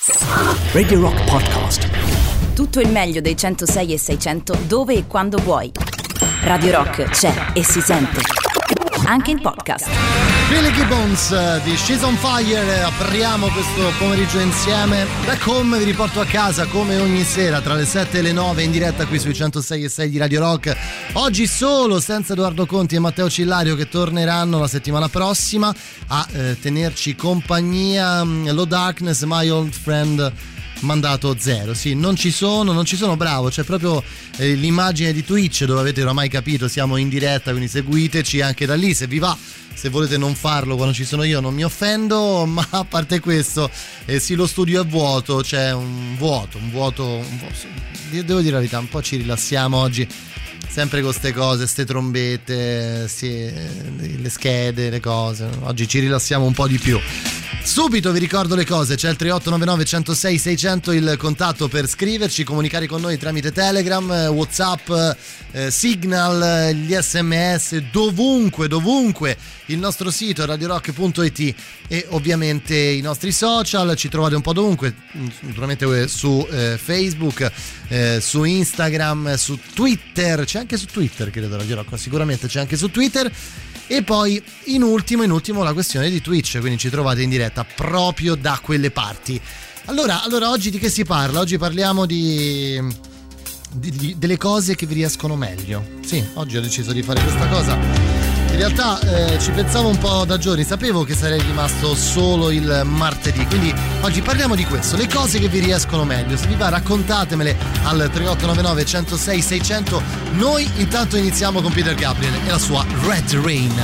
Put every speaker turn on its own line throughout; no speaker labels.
Radio Rock Podcast.
Tutto il meglio dei 106 e 600 dove e quando vuoi. Radio Rock c'è e si sente anche in podcast.
Billy Gibbons di She's on Fire. Apriamo questo pomeriggio insieme. Back Home vi riporto a casa come ogni sera tra le 7 e le 9 in diretta qui sui 106 e 6 di Radio Rock. Oggi solo senza Edoardo Conti e Matteo Cillario, che torneranno la settimana prossima a tenerci compagnia. Low Darkness, My Old Friend mandato 0. Sì, non ci sono, bravo, c'è proprio l'immagine di Twitch dove avete oramai capito, siamo in diretta, quindi seguiteci anche da lì se vi va. Se volete non farlo quando ci sono io non mi offendo, ma a parte questo sì, lo studio è vuoto, c'è un vuoto, devo dire la verità, un po' ci rilassiamo oggi, sempre con ste cose, ste trombette, sì, le schede, le cose, oggi ci rilassiamo un po' di più. Subito vi ricordo le cose, c'è il 3899 106 600 il contatto per scriverci, comunicare con noi tramite Telegram, WhatsApp, Signal, gli SMS, dovunque, il nostro sito radiorock.it e ovviamente i nostri social, ci trovate un po' dovunque, naturalmente su Facebook, su Instagram, su Twitter, c'è anche su Twitter credo Radio Rock, sicuramente c'è anche su Twitter. E poi in ultimo la questione di Twitch, quindi ci trovate in diretta proprio da quelle parti. Allora oggi di che si parla? Oggi parliamo delle cose che vi riescono meglio. Sì, oggi ho deciso di fare questa cosa. In realtà ci pensavo un po' da giorni, sapevo che sarei rimasto solo il martedì, quindi oggi parliamo di questo, le cose che vi riescono meglio. Se vi va raccontatemele al 3899 106 600. Noi intanto iniziamo con Peter Gabriel e la sua Red Rain.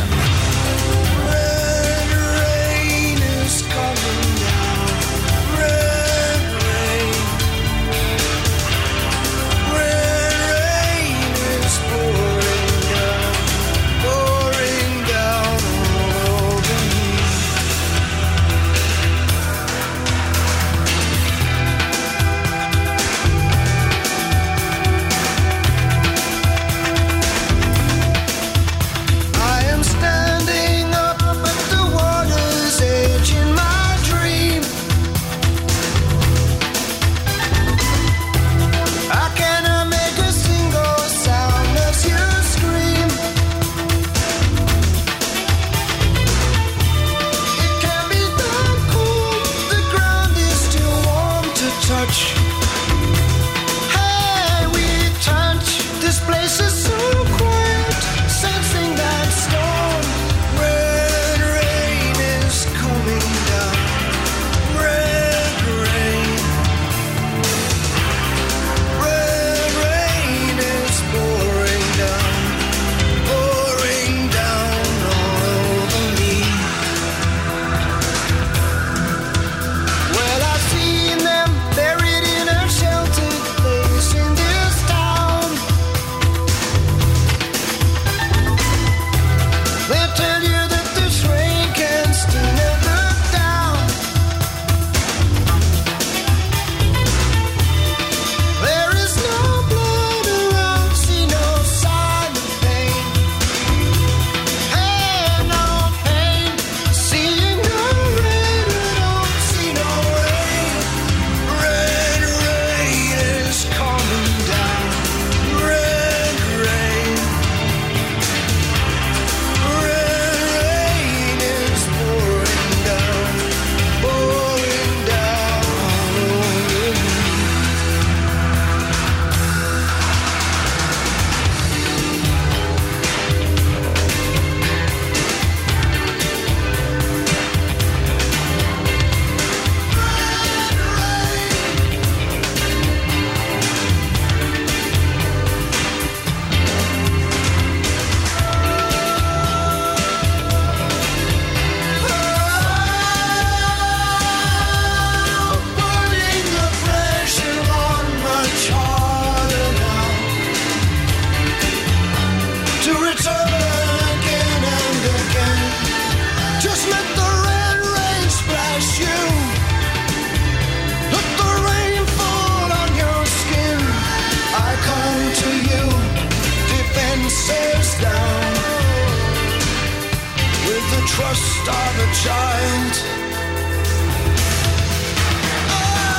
trust of a child.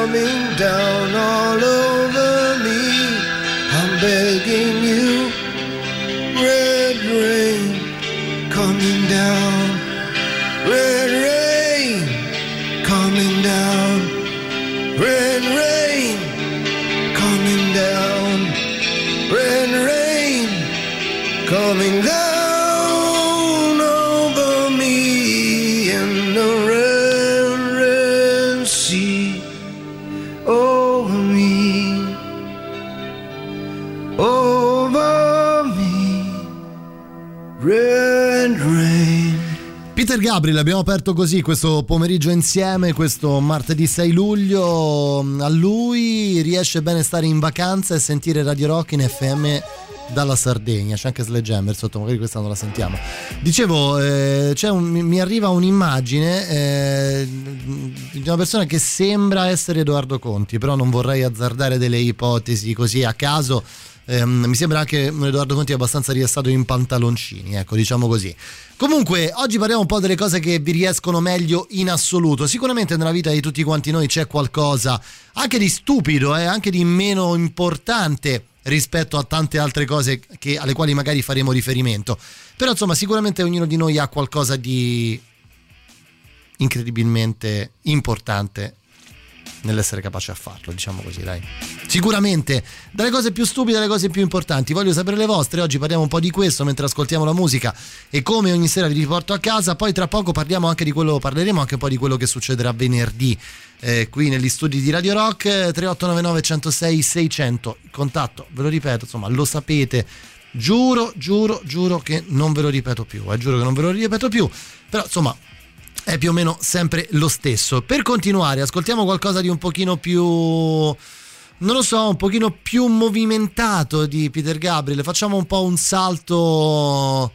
coming down all over me. I'm begging you, red rain coming down, red rain coming down, red rain coming down, red rain coming down over me in the red, red sea over me, over me, red rain.
Peter Gabriel, abbiamo aperto così questo pomeriggio insieme, questo martedì 6 luglio. A lui riesce bene stare in vacanza e sentire Radio Rock in FM dalla Sardegna. C'è anche Sledgehammer sotto, magari questa non la sentiamo. Dicevo, mi arriva un'immagine di una persona che sembra essere Edoardo Conti, però non vorrei azzardare delle ipotesi così a caso. Mi sembra anche un Edoardo Conti abbastanza rilassato in pantaloncini, ecco, diciamo così. Comunque oggi parliamo un po' delle cose che vi riescono meglio in assoluto. Sicuramente nella vita di tutti quanti noi c'è qualcosa anche di stupido, anche di meno importante rispetto a tante altre cose alle quali magari faremo riferimento. Però insomma sicuramente ognuno di noi ha qualcosa di incredibilmente importante nell'essere capace a farlo, diciamo così, dai. Sicuramente dalle cose più stupide alle cose più importanti. Voglio sapere le vostre. Oggi parliamo un po' di questo mentre ascoltiamo la musica e come ogni sera vi riporto a casa. Poi tra poco parleremo anche un po' di quello che succederà venerdì qui negli studi di Radio Rock. 3899 106 600 il contatto, ve lo ripeto, insomma lo sapete. Giuro che non ve lo ripeto più, però insomma è più o meno sempre lo stesso. Per continuare, ascoltiamo qualcosa di un pochino più, non lo so, un pochino più movimentato di Peter Gabriel. Facciamo un po' un salto,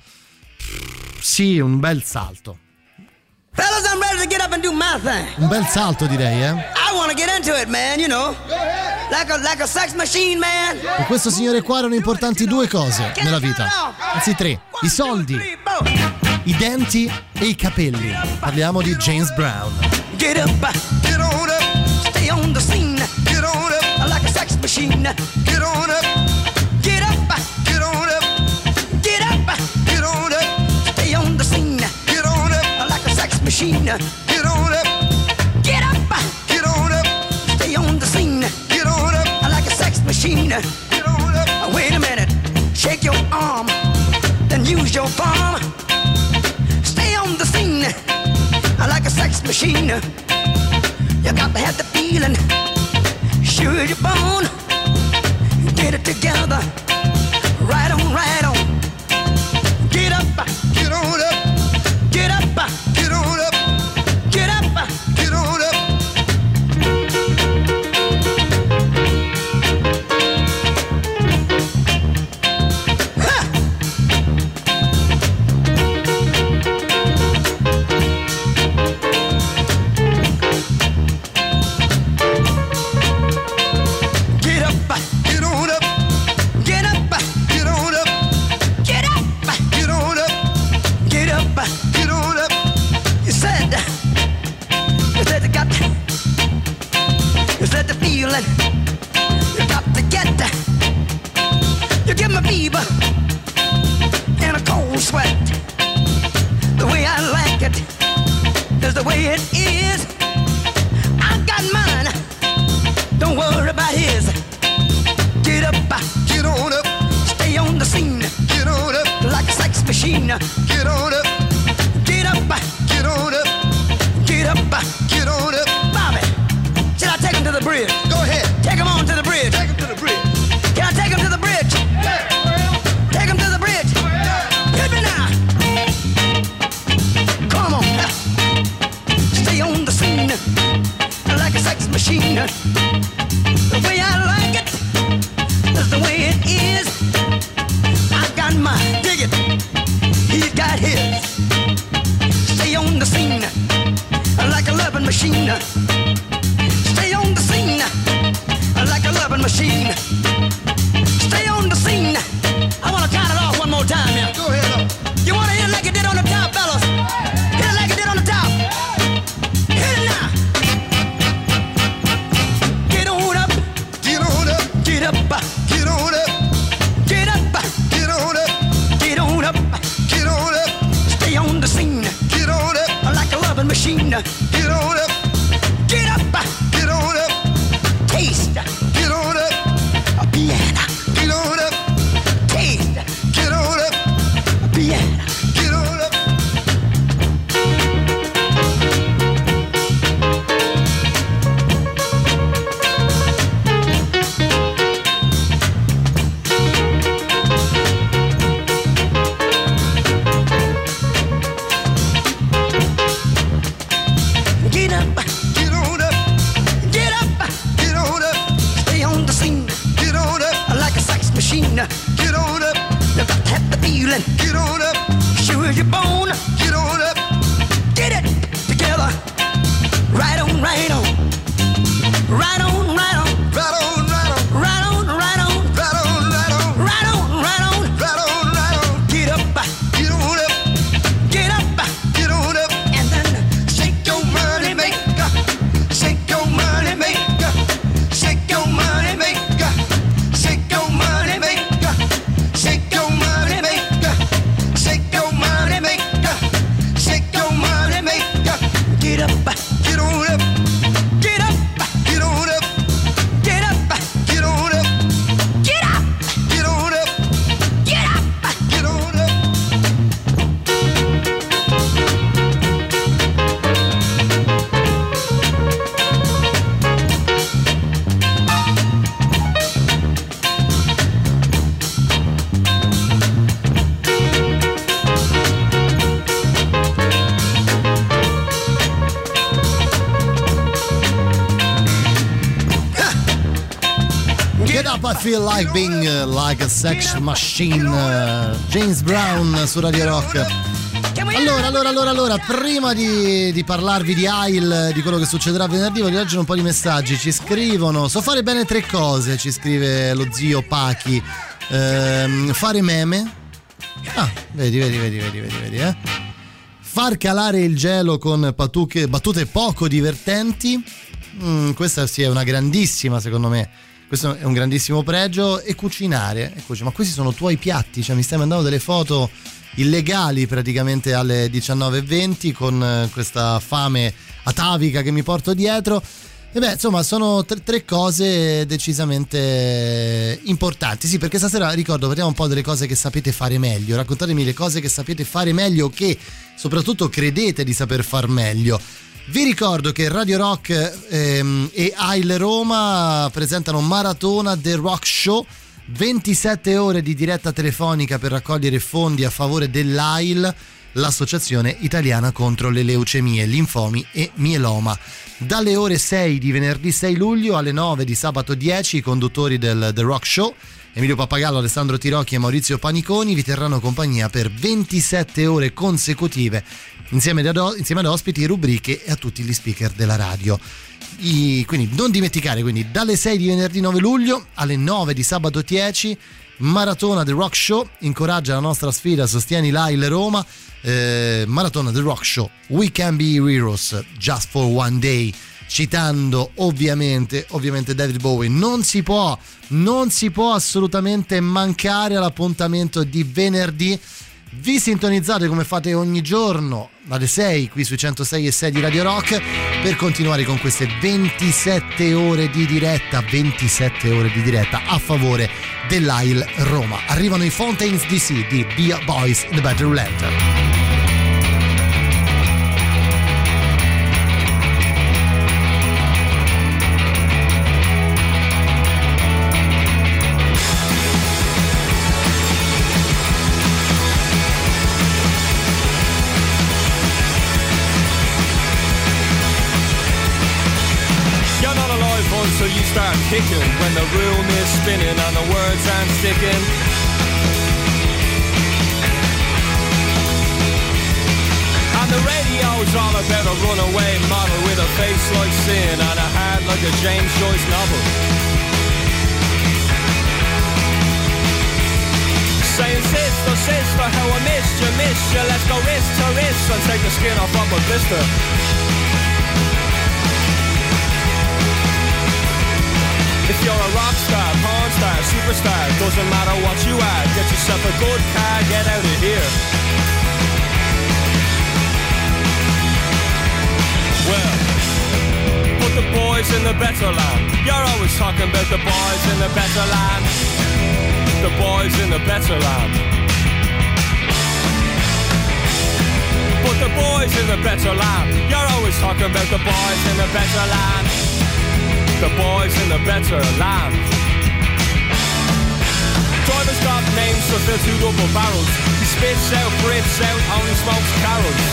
sì, un bel salto.
Fellas, I'm ready to get up and do my thing.
Un bel salto, direi,
I want to get into it, man, you know. Like a sex machine, man.
Per questo signore qua erano importanti due cose nella vita, anzi tre: i soldi, i denti e i capelli. Parliamo di James Brown.
Get up, get on up, stay on the scene. Get on up, like a sex machine. Get on up, get up, get on up, get up, get on up, stay on the scene. Get on up, like a sex machine. Get on up, get up, get on up, stay on the scene. Get on up, like a sex machine. Get on up. Wait a minute, shake your arm, then use your palm. Stay on the scene, like a sex machine. You got to have the feeling, sure you're born. Get it together, right on, right on. Get up, get on up, get up, get on up, get up, get on up. You got to get that. You give me fever and a cold sweat. The way I like it is the way it is. I got mine, don't worry about his. Get up, get on up, stay on the scene. Get on up, like a sex machine. Get on up, get up, get on up, get up, get on up. Bobby, should I take him to the bridge? Go ahead. Take him on to the bridge. Take him to the bridge. Can I take him to the bridge? Yeah. Take him to the bridge. Yeah. Hit me now. Come on. Stay on the scene like a sex machine. The way I like it is the way it is. I got mine. Dig it. He's got his. Stay on the scene like a loving machine. Stay on the scene like a loving machine. Stay on the scene. I want to count it off one more time here. Go ahead. You want to hit it like it did on the top, fellas? Hit it like it did on the top. Hit it now. Get on up. Get up. Get on up. Taste. Get on up. Piano. Get on up. Taste. Get on up. Piano. Get on up. Get up, get on up, get up, get on up. Stay on the scene, get on up like a sex machine. Get on up, you got to have the feeling. Get on up, sure as your bone. Get on up, get it together. Right on, right on, right on, right on, right on, right on, right on, right on, right on, right on, right on, right on, right on, right on. Get up, get on up, get up, get on up, and then shake your money maker, shake your money maker, shake your money maker, shake your money maker, shake your money maker, shake your money maker, shake your money maker. Get up, get on up, get up, get on up, get up, get on up, get up, get on up, get up, get on up.
Get up, I feel like being like a sex machine. James Brown su Radio Rock. Allora, prima di parlarvi di Ail, di quello che succederà venerdì, voglio leggere un po' di messaggi. Ci scrivono: so fare bene 3 cose, ci scrive lo zio Pachi. Fare meme. Ah, vedi, far calare il gelo con battute poco divertenti. Questa sì è una grandissima, secondo me. Questo è un grandissimo pregio. E cucinare. Ma questi sono tuoi piatti, cioè mi stai mandando delle foto illegali praticamente alle 19:20 con questa fame atavica che mi porto dietro. E beh, insomma, sono 3 cose decisamente importanti. Sì, perché stasera, ricordo, parliamo un po' delle cose che sapete fare meglio. Raccontatemi le cose che sapete fare meglio, che soprattutto credete di saper far meglio. Vi ricordo che Radio Rock e AIL Roma presentano Maratona The Rock Show, 27 ore di diretta telefonica per raccogliere fondi a favore dell'AIL, l'Associazione Italiana contro le leucemie, linfomi e mieloma. Dalle ore 6 di venerdì 6 luglio alle 9 di sabato 10 i conduttori del The Rock Show, Emilio Pappagallo, Alessandro Tirocchi e Maurizio Paniconi, vi terranno compagnia per 27 ore consecutive insieme ad ospiti, rubriche e a tutti gli speaker della radio. Quindi non dimenticare, quindi dalle 6 di venerdì 9 luglio alle 9 di sabato 10 Maratona The Rock Show. Incoraggia la nostra sfida, sostieni l'AIL Roma. Maratona The Rock Show, We Can Be Heroes Just for One Day, citando ovviamente David Bowie. Non si può assolutamente mancare all'appuntamento di venerdì. Vi sintonizzate come fate ogni giorno alle 6 qui sui 106.6 di Radio Rock per continuare con queste 27 ore di diretta a favore dell'AIL Roma. Arrivano i Fontaines DC di Be Boys in the Battle Lantern.
So you start kicking when the room is spinning and the words aren't sticking. And the radio's all about a runaway model with a face like sin and a heart like a James Joyce novel. Saying sister, sister, how I missed you, let's go wrist to wrist and take the skin off of a blister. If you're a rock star, porn star, superstar, doesn't matter what you are, get yourself a good car, get out of here. in the better land. You're always talking about the boys in the better land. The boys in the better land. But the boys in the better land. You're always talking about the boys in the better land. The boys in the better land. Driver's got names to fill 2 double barrels. He spits out, breathes out, only smokes carols.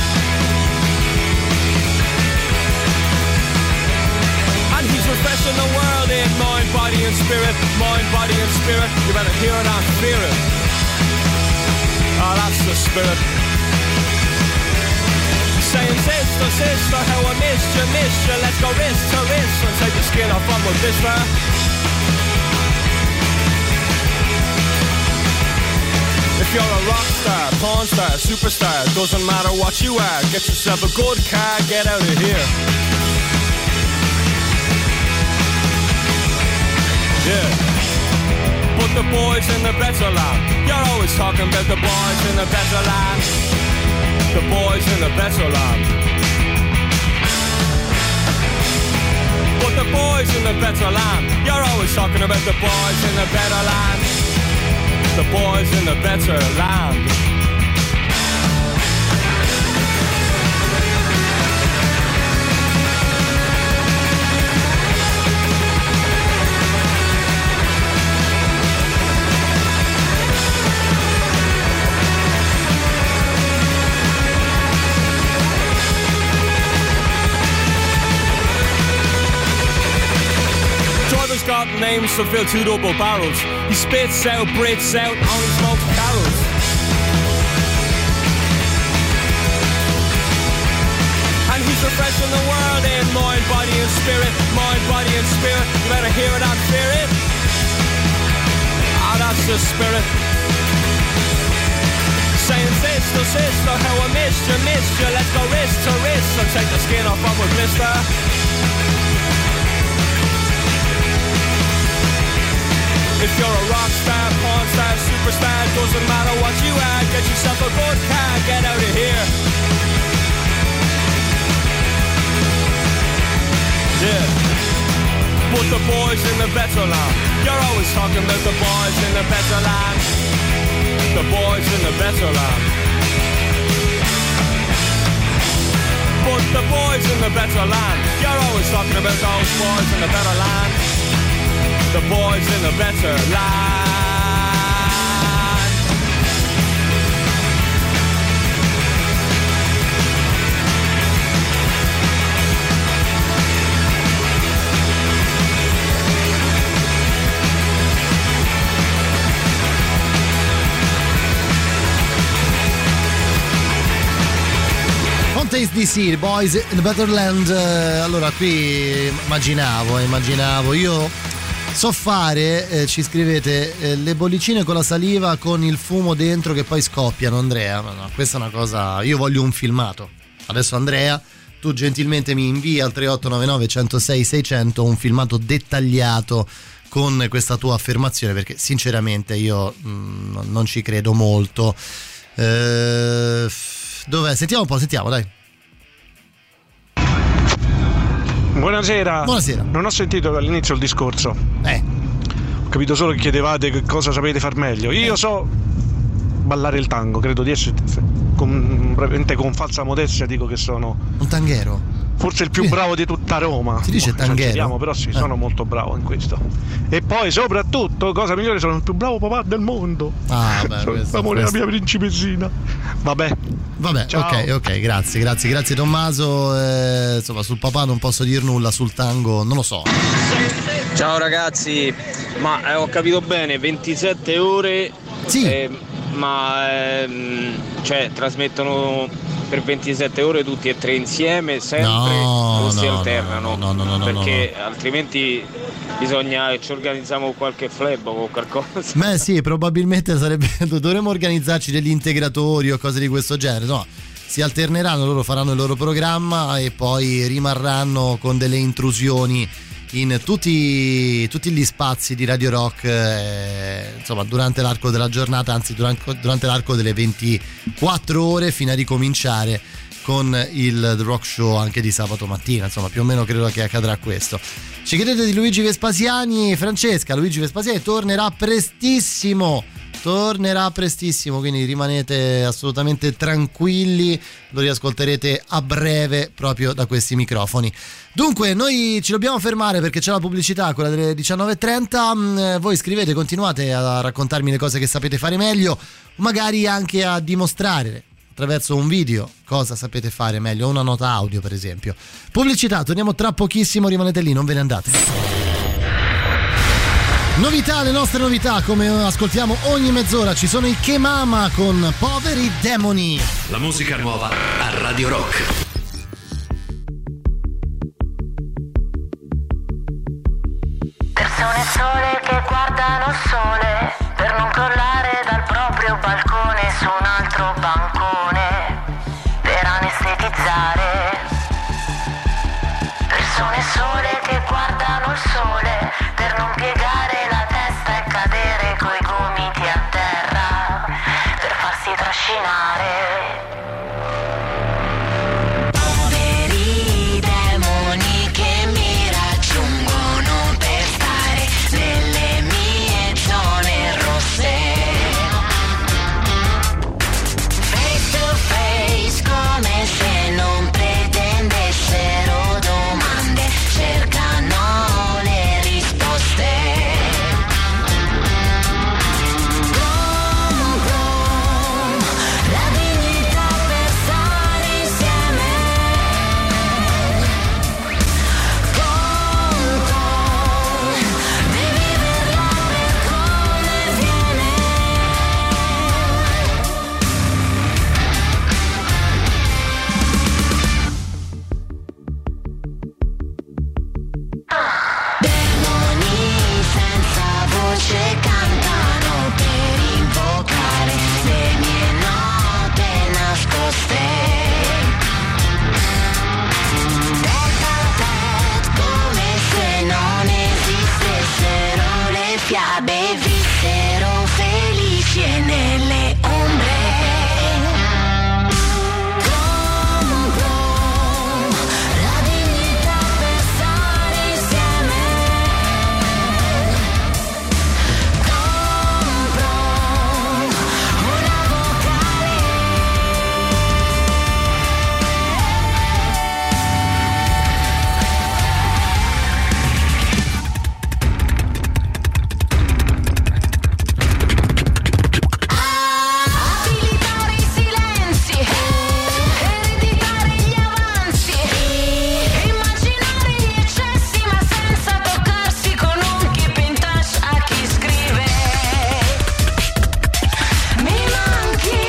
And he's refreshing the world in mind, body and spirit. Mind, body and spirit. You better hear it and fear it. Oh, that's the spirit. Saying sister, sister, how I missed you, let's go wrist to wrist and take the skin off on with this man. If you're a rock star, porn star, superstar, doesn't matter what you are, get yourself a good car, get out of here. Yeah. But the boys in the better land, you're always talking about the boys in the better land. The boys in the better land. But the boys in the better land. You're always talking about the boys in the better land. The boys in the better land. Got names to fill 2 double barrels. He spits out, breathes out, only smokes carols. And he's refreshing the world in mind, body and spirit. Mind, body and spirit. You better hear it and fear it. Ah, that's the spirit. Saying sister, sister, how I missed you, let's go wrist to wrist and take the skin off on with blister. If you're a rock star, porn star, superstar, doesn't matter what you are, get yourself a good car, get out of here. Yeah. But the boys in the better land, you're always talking about the boys in the better land. The boys in the better land. But the boys in the better land, you're always talking about those boys in the better land. The boys in the better land.
Fontaines DC, Boys in the Better Land. Allora qui immaginavo io so fare, ci scrivete, le bollicine con la saliva con il fumo dentro che poi scoppiano. Andrea, no, questa è una cosa, io voglio un filmato. Adesso Andrea, tu gentilmente mi invii al 3899 106 600 un filmato dettagliato con questa tua affermazione, perché sinceramente io non ci credo molto. Dov'è? Sentiamo un po', dai.
Buonasera.
Buonasera.
Non ho sentito all'inizio il discorso. Ho capito solo che chiedevate che cosa sapete far meglio. Io so ballare il tango, credo di essere con falsa modestia dico che sono
un tanghero.
Forse il più bravo di tutta Roma.
Si dice tanghero?
Però sì, sono molto bravo in questo. E poi soprattutto, cosa migliore, sono il più bravo papà del mondo.
Ah, beh,
l'amore della mia principessina. Vabbè,
ciao. Ok, grazie Tommaso. Insomma, sul papà non posso dir nulla, sul tango non lo so.
Ciao ragazzi, ma ho capito bene, 27 ore.
Sì.
Cioè trasmettono per 27 ore tutti e tre insieme, sempre, o si alternano?
No,
perché altrimenti bisogna che ci organizziamo qualche fleb o qualcosa.
Beh sì, probabilmente dovremmo organizzarci degli integratori o cose di questo genere. No, si alterneranno, loro faranno il loro programma e poi rimarranno con delle intrusioni in tutti gli spazi di Radio Rock, insomma, durante l'arco della giornata, anzi durante l'arco delle 24 ore, fino a ricominciare con il The Rock Show anche di sabato mattina, insomma più o meno credo che accadrà questo. Ci chiedete di Luigi Vespasiani? Francesca, Luigi Vespasiani tornerà prestissimo, quindi rimanete assolutamente tranquilli, lo riascolterete a breve proprio da questi microfoni. Dunque noi ci dobbiamo fermare perché c'è la pubblicità, quella delle 19.30. Voi scrivete, continuate a raccontarmi le cose che sapete fare meglio, magari anche a dimostrare attraverso un video cosa sapete fare meglio, una nota audio per esempio. Pubblicità, torniamo tra pochissimo, rimanete lì, non ve ne andate. Novità, le nostre novità, come ascoltiamo ogni mezz'ora, ci sono i Che Mama con Poveri Demoni.
La musica nuova a Radio Rock.
Persone sole che guardano sole per non crollare dal proprio balcone su un altro bancone per anestetizzare. Persone sole che guardano il sole per non piegare la testa e cadere coi gomiti a terra per farsi trascinare. Poveri demoni che mi raggiungono per stare nelle mie zone rosse. Face to face come se non pretendessero domande, cercano le risposte. La dignità per stare insieme. Conto di viverla per come viene. Demoni senza voce cantano per invocare le mie note nascoste. Tête a tête, come se non esistessero le fiabe, vissero felici e nelle ombre. Compro la dignità per stare insieme. Compro una vocale. Abilitare i silenzi, ereditare gli avanzi, immaginare gli eccessi ma senza toccarsi con un keep in touch a chi scrive. Mi manchi,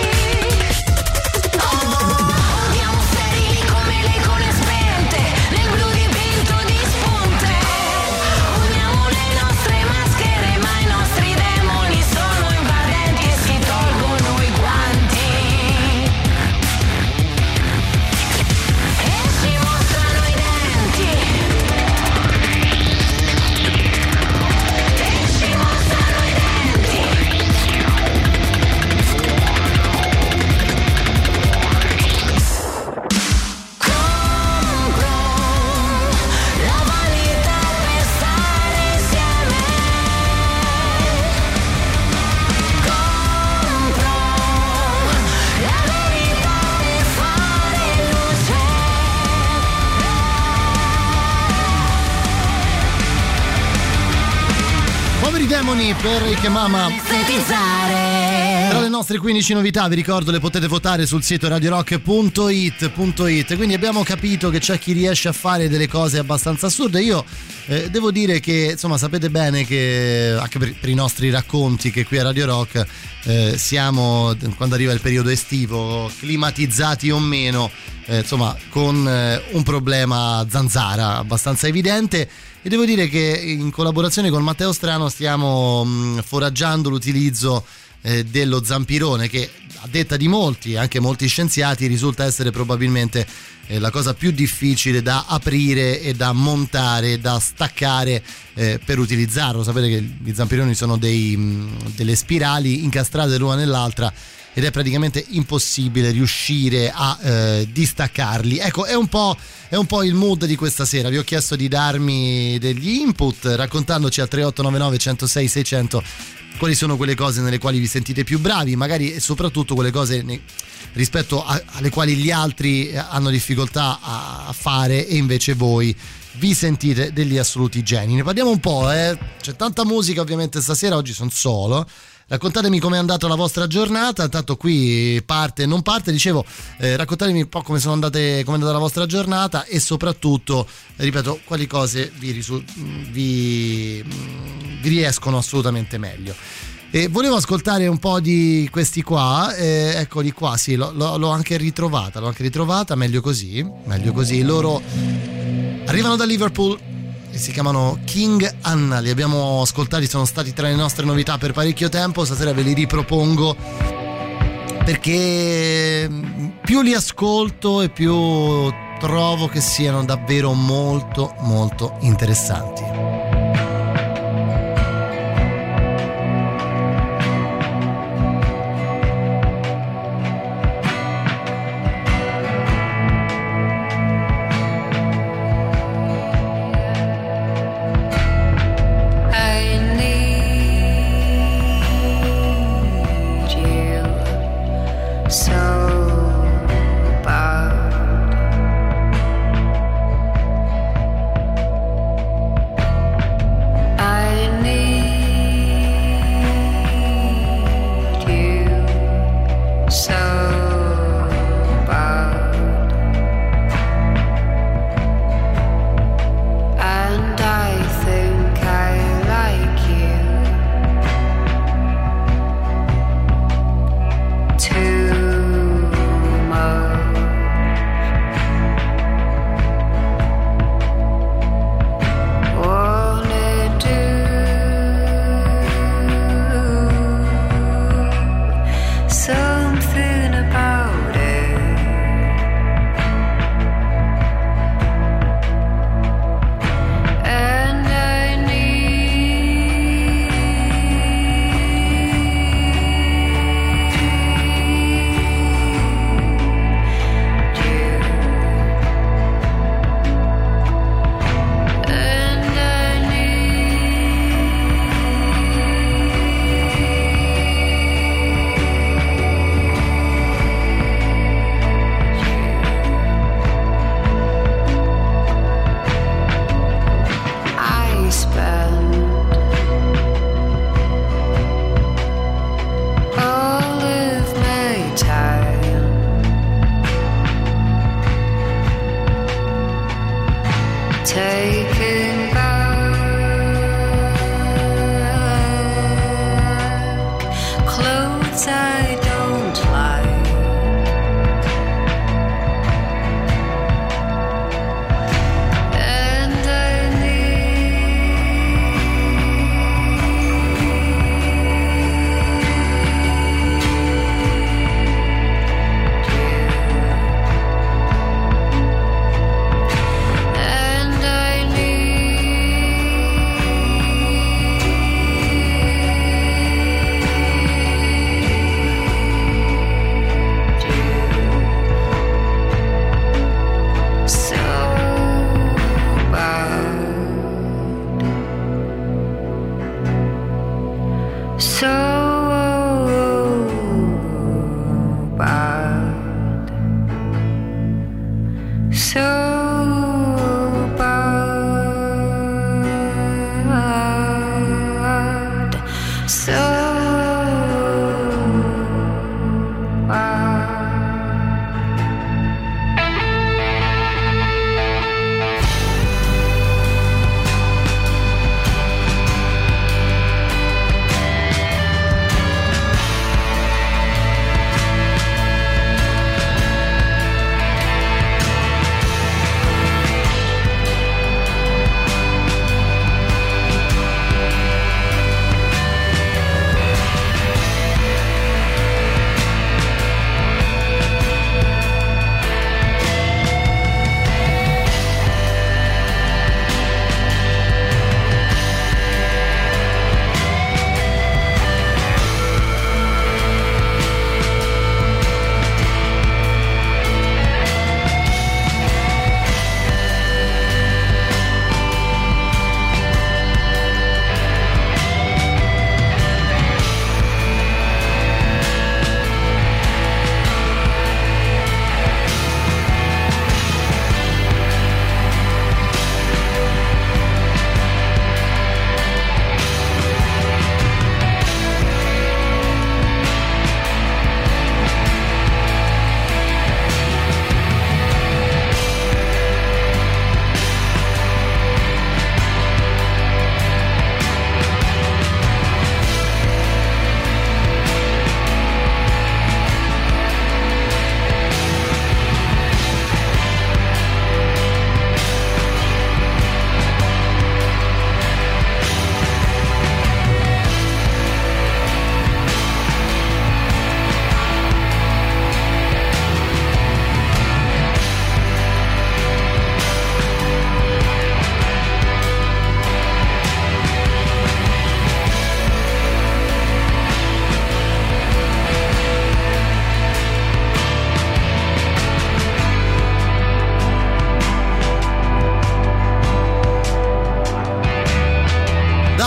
odiamo sterili come le icone spente, nel blu dipinto di spunte. Uniamo le nostre maschere ma i nostri demoni sono invadenti e si tolgono i guanti. E ci mostrano i denti. E ci mostrano i denti. Compro la vanità per stare insieme. Compro la verità per fare luce.
Poveri Demoni per i Che Mama.
Estetizzare.
Tra le nostre 15 novità, vi ricordo, le potete votare sul sito radiorock.it. Quindi abbiamo capito che c'è chi riesce a fare delle cose abbastanza assurde. Io devo dire che, insomma, sapete bene che anche per i nostri racconti che qui a Radio Rock siamo, quando arriva il periodo estivo, climatizzati o meno, insomma, con un problema zanzara abbastanza evidente. E devo dire che in collaborazione con Matteo Strano stiamo foraggiando l'utilizzo dello zampirone, che a detta di molti, anche molti scienziati, risulta essere probabilmente la cosa più difficile da aprire e da montare, da staccare per utilizzarlo. Sapete che i zampironi sono delle spirali incastrate l'una nell'altra ed è praticamente impossibile riuscire a distaccarli. Ecco, è un po' il mood di questa sera. Vi ho chiesto di darmi degli input raccontandoci al 3899 106 600 quali sono quelle cose nelle quali vi sentite più bravi, magari, e soprattutto quelle cose rispetto alle quali gli altri hanno difficoltà a fare e invece voi vi sentite degli assoluti geni. Ne parliamo un po', c'è tanta musica ovviamente stasera, oggi sono solo. Raccontatemi com'è andata la vostra giornata, tanto qui parte non parte, dicevo, raccontatemi un po' com'è andata la vostra giornata e soprattutto, ripeto, quali cose vi riescono assolutamente meglio. E volevo ascoltare un po' di questi qua, eccoli qua, sì, l'ho anche ritrovata, meglio così. Loro arrivano da Liverpool e si chiamano King Anna, li abbiamo ascoltati, sono stati tra le nostre novità per parecchio tempo, stasera ve li ripropongo perché più li ascolto e più trovo che siano davvero molto molto interessanti.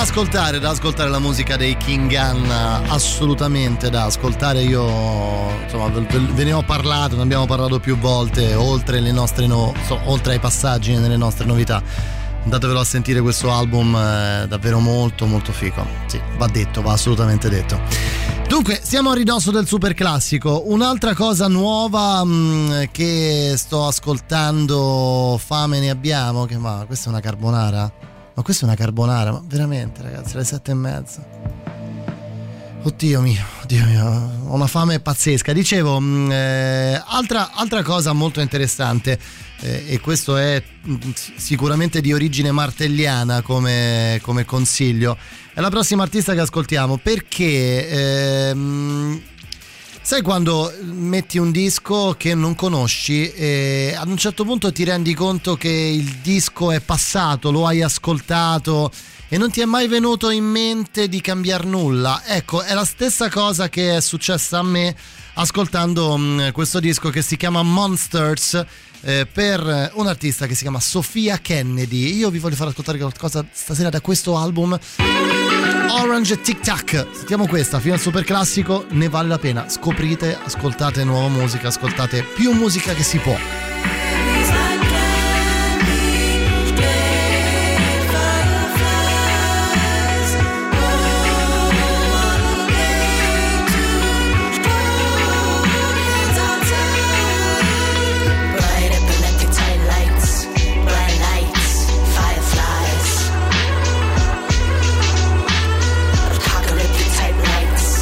ascoltare la musica dei King Gun, assolutamente da ascoltare. Io insomma ve ne ho parlato, ne abbiamo parlato più volte, oltre le nostre oltre ai passaggi nelle nostre novità. Andatevelo a sentire questo album, davvero molto molto figo. Sì, va detto, va assolutamente detto. Dunque, siamo a ridosso del super classico. Un'altra cosa nuova che sto ascoltando, fame ne abbiamo, ma questa è una carbonara? Ma questa è una carbonara? Ma veramente, ragazzi, alle 7:30. Oddio mio, ho una fame pazzesca. Dicevo, altra cosa molto interessante, e questo è sicuramente di origine martelliana come consiglio, è la prossima artista che ascoltiamo, perché sai quando metti un disco che non conosci e ad un certo punto ti rendi conto che il disco è passato, lo hai ascoltato e non ti è mai venuto in mente di cambiar nulla. Ecco, è la stessa cosa che è successa a me ascoltando questo disco che si chiama Monsters, per un artista che si chiama Sophia Kennedy. Io vi voglio far ascoltare qualcosa stasera da questo album, Orange Tic Tac. Sentiamo questa fino al super classico, ne vale la pena. Scoprite, ascoltate nuova musica, ascoltate più musica che si può.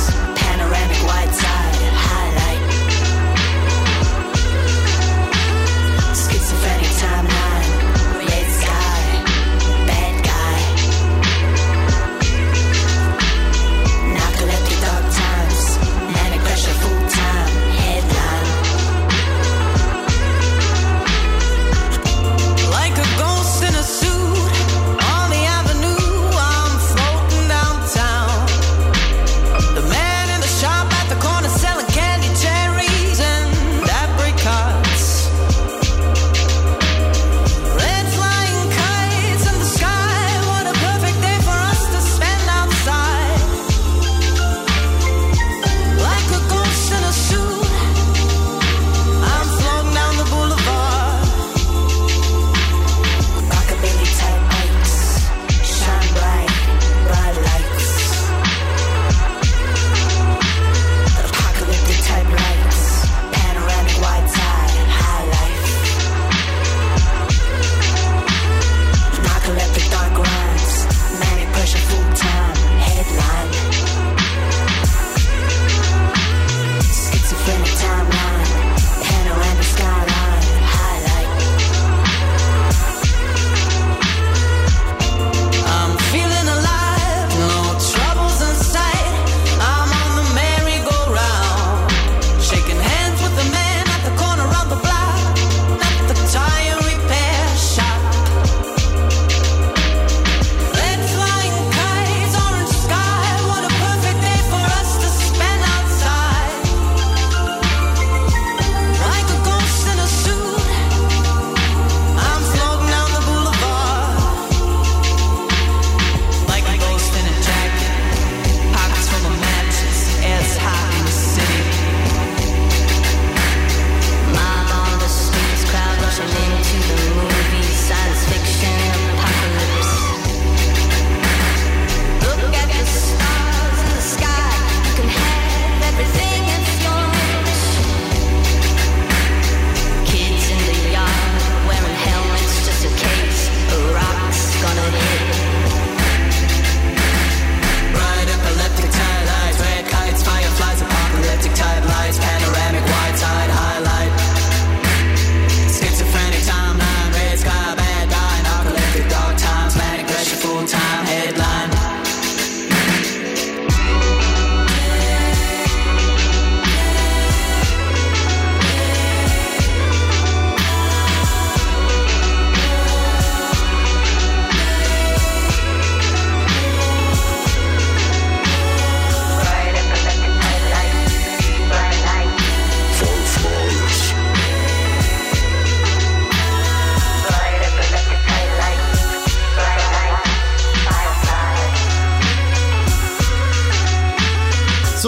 Panoramic wide side highlight.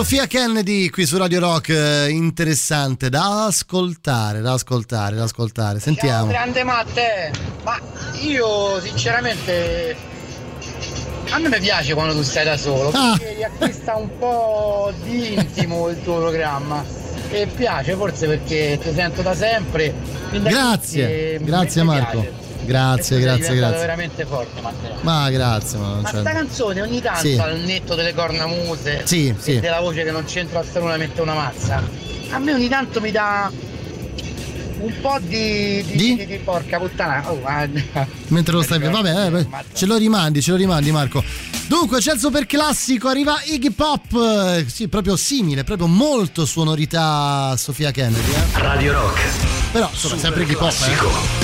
Sofia Kennedy qui su Radio Rock, interessante da ascoltare. Sentiamo.
Ciao grande Matte, ma io sinceramente a me piace quando tu stai da solo, perché riacquista un po' di intimo il tuo programma e piace, forse perché ti sento da sempre. Grazie
Marco.
Piace.
Grazie.
Veramente forte, Matteo.
Ma grazie,
ma sta canzone ogni tanto al netto delle cornamuse e della voce che non c'entra assolutamente una mazza, a me ogni tanto mi dà un po' di porca puttana.
Mentre lo stai vabbè, ce lo rimandi Marco. Dunque c'è il super classico, arriva Iggy Pop, sì, proprio simile, proprio molto sonorità Sofia Kennedy,
Radio Rock,
però insomma sempre Iggy Pop,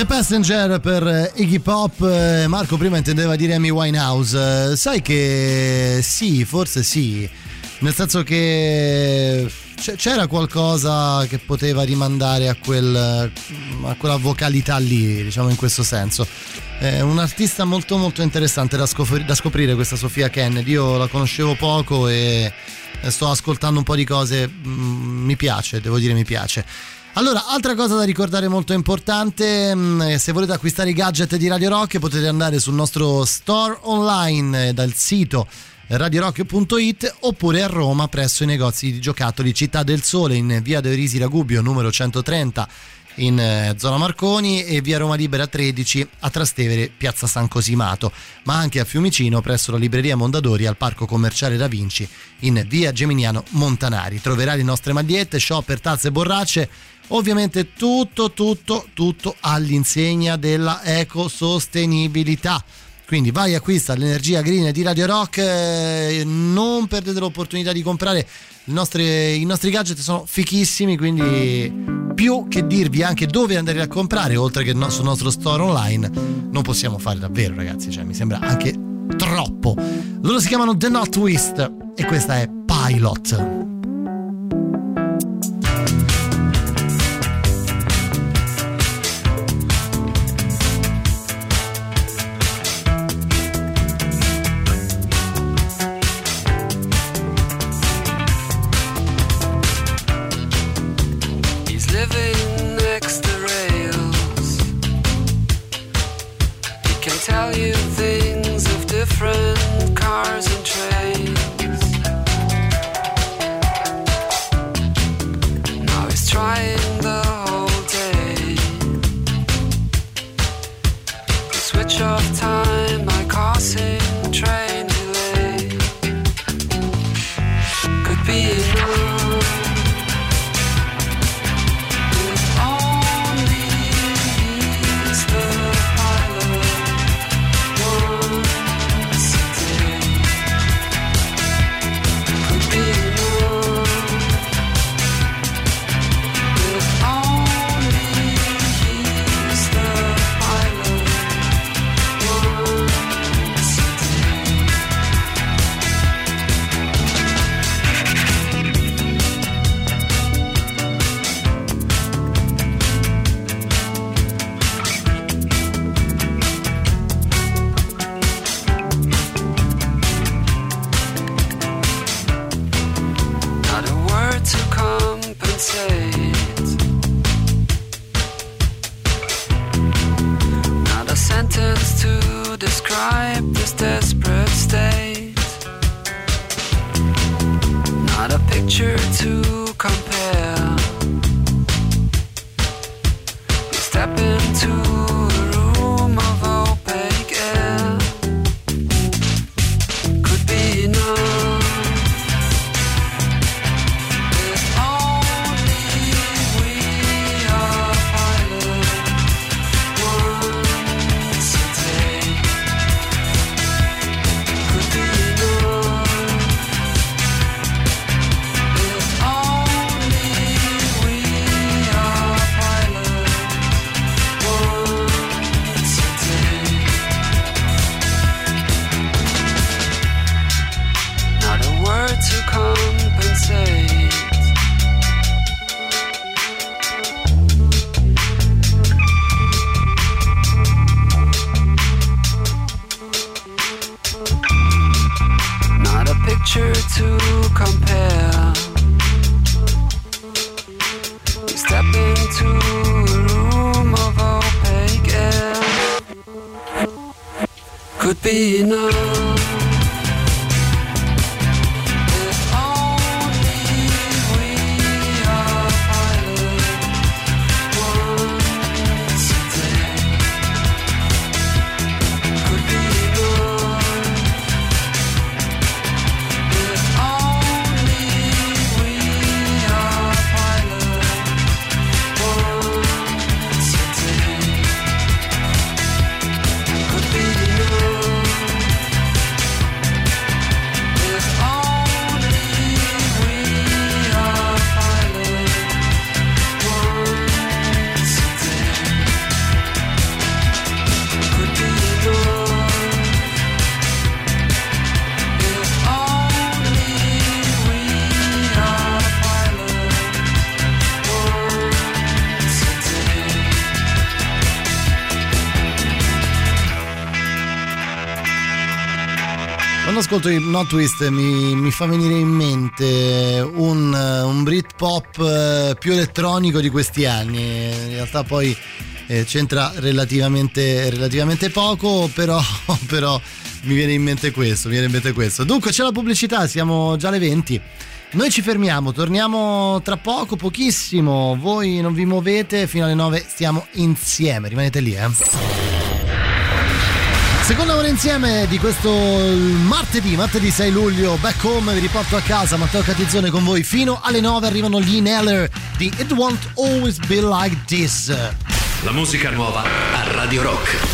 The Passenger per Iggy Pop. Marco prima intendeva dire Amy Winehouse. Sai che sì, forse sì, nel senso che c'era qualcosa che poteva rimandare a quella vocalità lì, diciamo, in questo senso. È un artista molto molto interessante da scoprire, questa Sophia Kennedy. Io la conoscevo poco e sto ascoltando un po' di cose. Mi piace, devo dire, mi piace. Allora, altra cosa da ricordare molto importante: se volete acquistare i gadget di Radio Rock potete andare sul nostro store online dal sito radiorock.it, oppure a Roma presso i negozi di giocattoli Città del Sole in via De Risi Ragubio numero 130 in zona Marconi, e via Roma Libera 13 a Trastevere piazza San Cosimato, ma anche a Fiumicino presso la libreria Mondadori al Parco Commerciale Da Vinci in via Geminiano Montanari. Troverai le nostre magliette, shopper, tazze e borracce, ovviamente tutto all'insegna della ecosostenibilità. Quindi vai, acquista l'energia green di Radio Rock, non perdete l'opportunità di comprare i nostri gadget, sono fichissimi, quindi più che dirvi anche dove andare a comprare, oltre che sul nostro store online, non possiamo fare davvero, ragazzi, cioè mi sembra anche troppo. Loro si chiamano The Not Twist e questa è Pilot.
Tell you things of different cars and trains. Now he's trying the whole day to switch off time by causing train delay. Could be enough. Describe this desperate state, not a picture to compare. You step into a room of opaque air. Could be enough. If only we are pilot once a day. To compensate. Not a picture to compare. You step into a room of opaque air. Could be enough. Could be enough.
quando ascolto i No Twist mi fa venire in mente un Britpop più elettronico di questi anni. In realtà poi c'entra relativamente poco, però mi viene in mente questo. Dunque c'è la pubblicità, siamo già alle 20. Noi ci fermiamo, torniamo tra poco, pochissimo. Voi non vi muovete, fino alle 9 stiamo insieme, rimanete lì, Seconda ora insieme di questo martedì 6 luglio, Back Home, vi riporto a casa, Matteo Catizzone con voi fino alle 9, arrivano gli Inhaler di It Won't Always Be Like This.
La musica nuova a Radio Rock.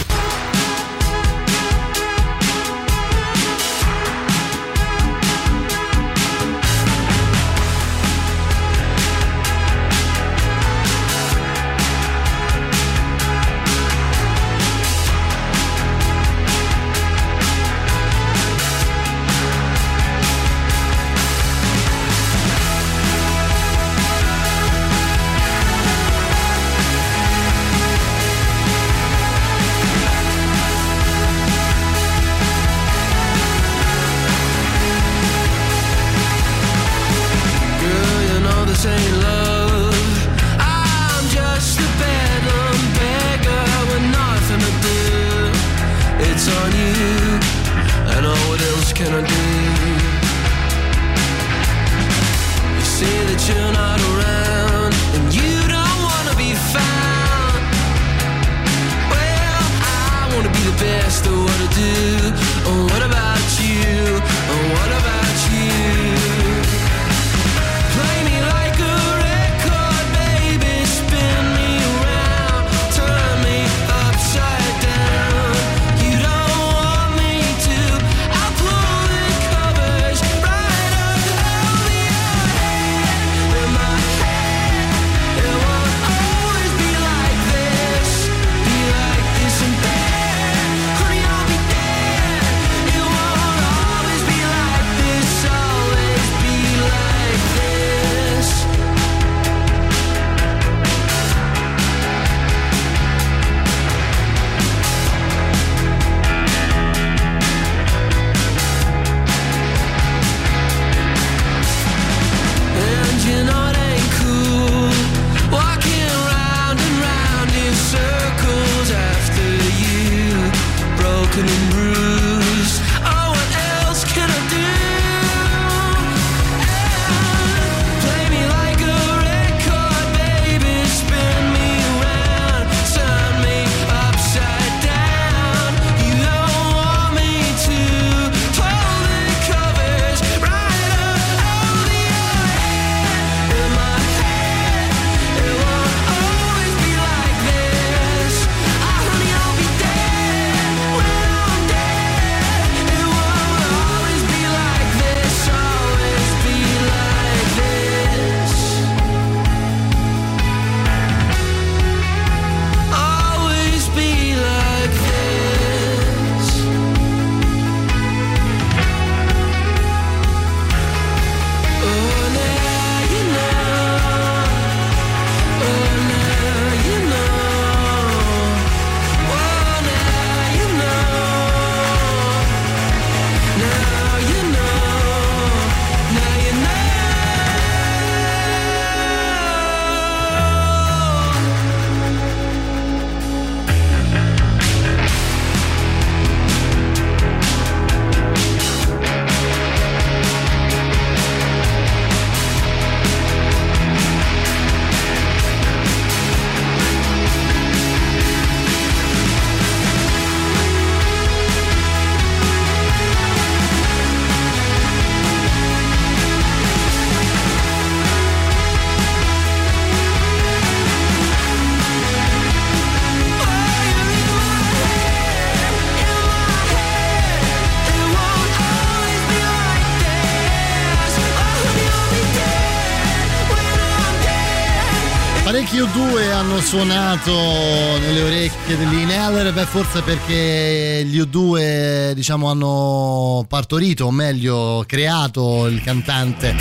Parecchi U2 hanno suonato nelle orecchie degli Inhaler, forse perché gli U2 hanno partorito, o meglio creato il cantante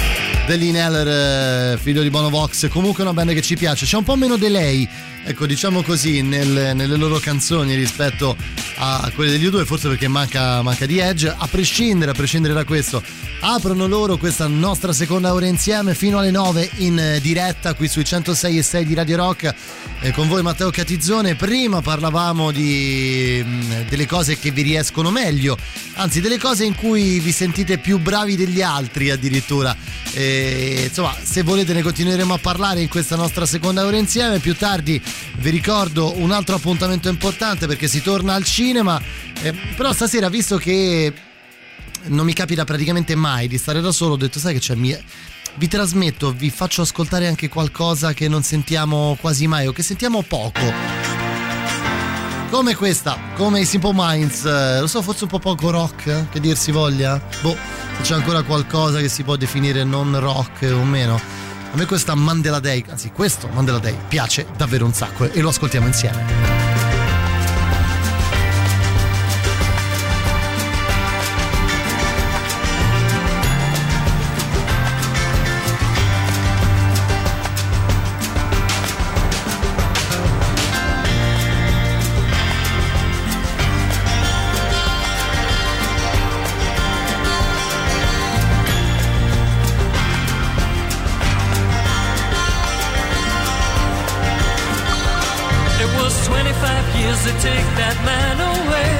Dean Heller, figlio di Bono Vox, comunque una band che ci piace. C'è un po' meno delay, ecco, diciamo così, nelle loro canzoni rispetto a quelle degli U2, forse perché manca di edge. A prescindere da questo, aprono loro questa nostra seconda ora insieme fino alle 9 in diretta qui sui 106.6 di Radio Rock, con voi Matteo Catizzone. Prima parlavamo delle cose che vi riescono meglio, anzi delle cose in cui vi sentite più bravi degli altri addirittura. Insomma, se volete ne continueremo a parlare in questa nostra seconda ora insieme. Più tardi vi ricordo un altro appuntamento importante, perché si torna al cinema, però stasera, visto che non mi capita praticamente mai di stare da solo, ho detto, sai che c'è, vi trasmetto, vi faccio ascoltare anche qualcosa che non sentiamo quasi mai o che sentiamo poco, come questa, come i Simple Minds. Lo so, forse un po' poco rock, che dir si voglia, se c'è ancora qualcosa che si può definire non rock o meno. A me questa Mandela Day, anzi questo Mandela Day, piace davvero un sacco e lo ascoltiamo insieme.
To take that man away.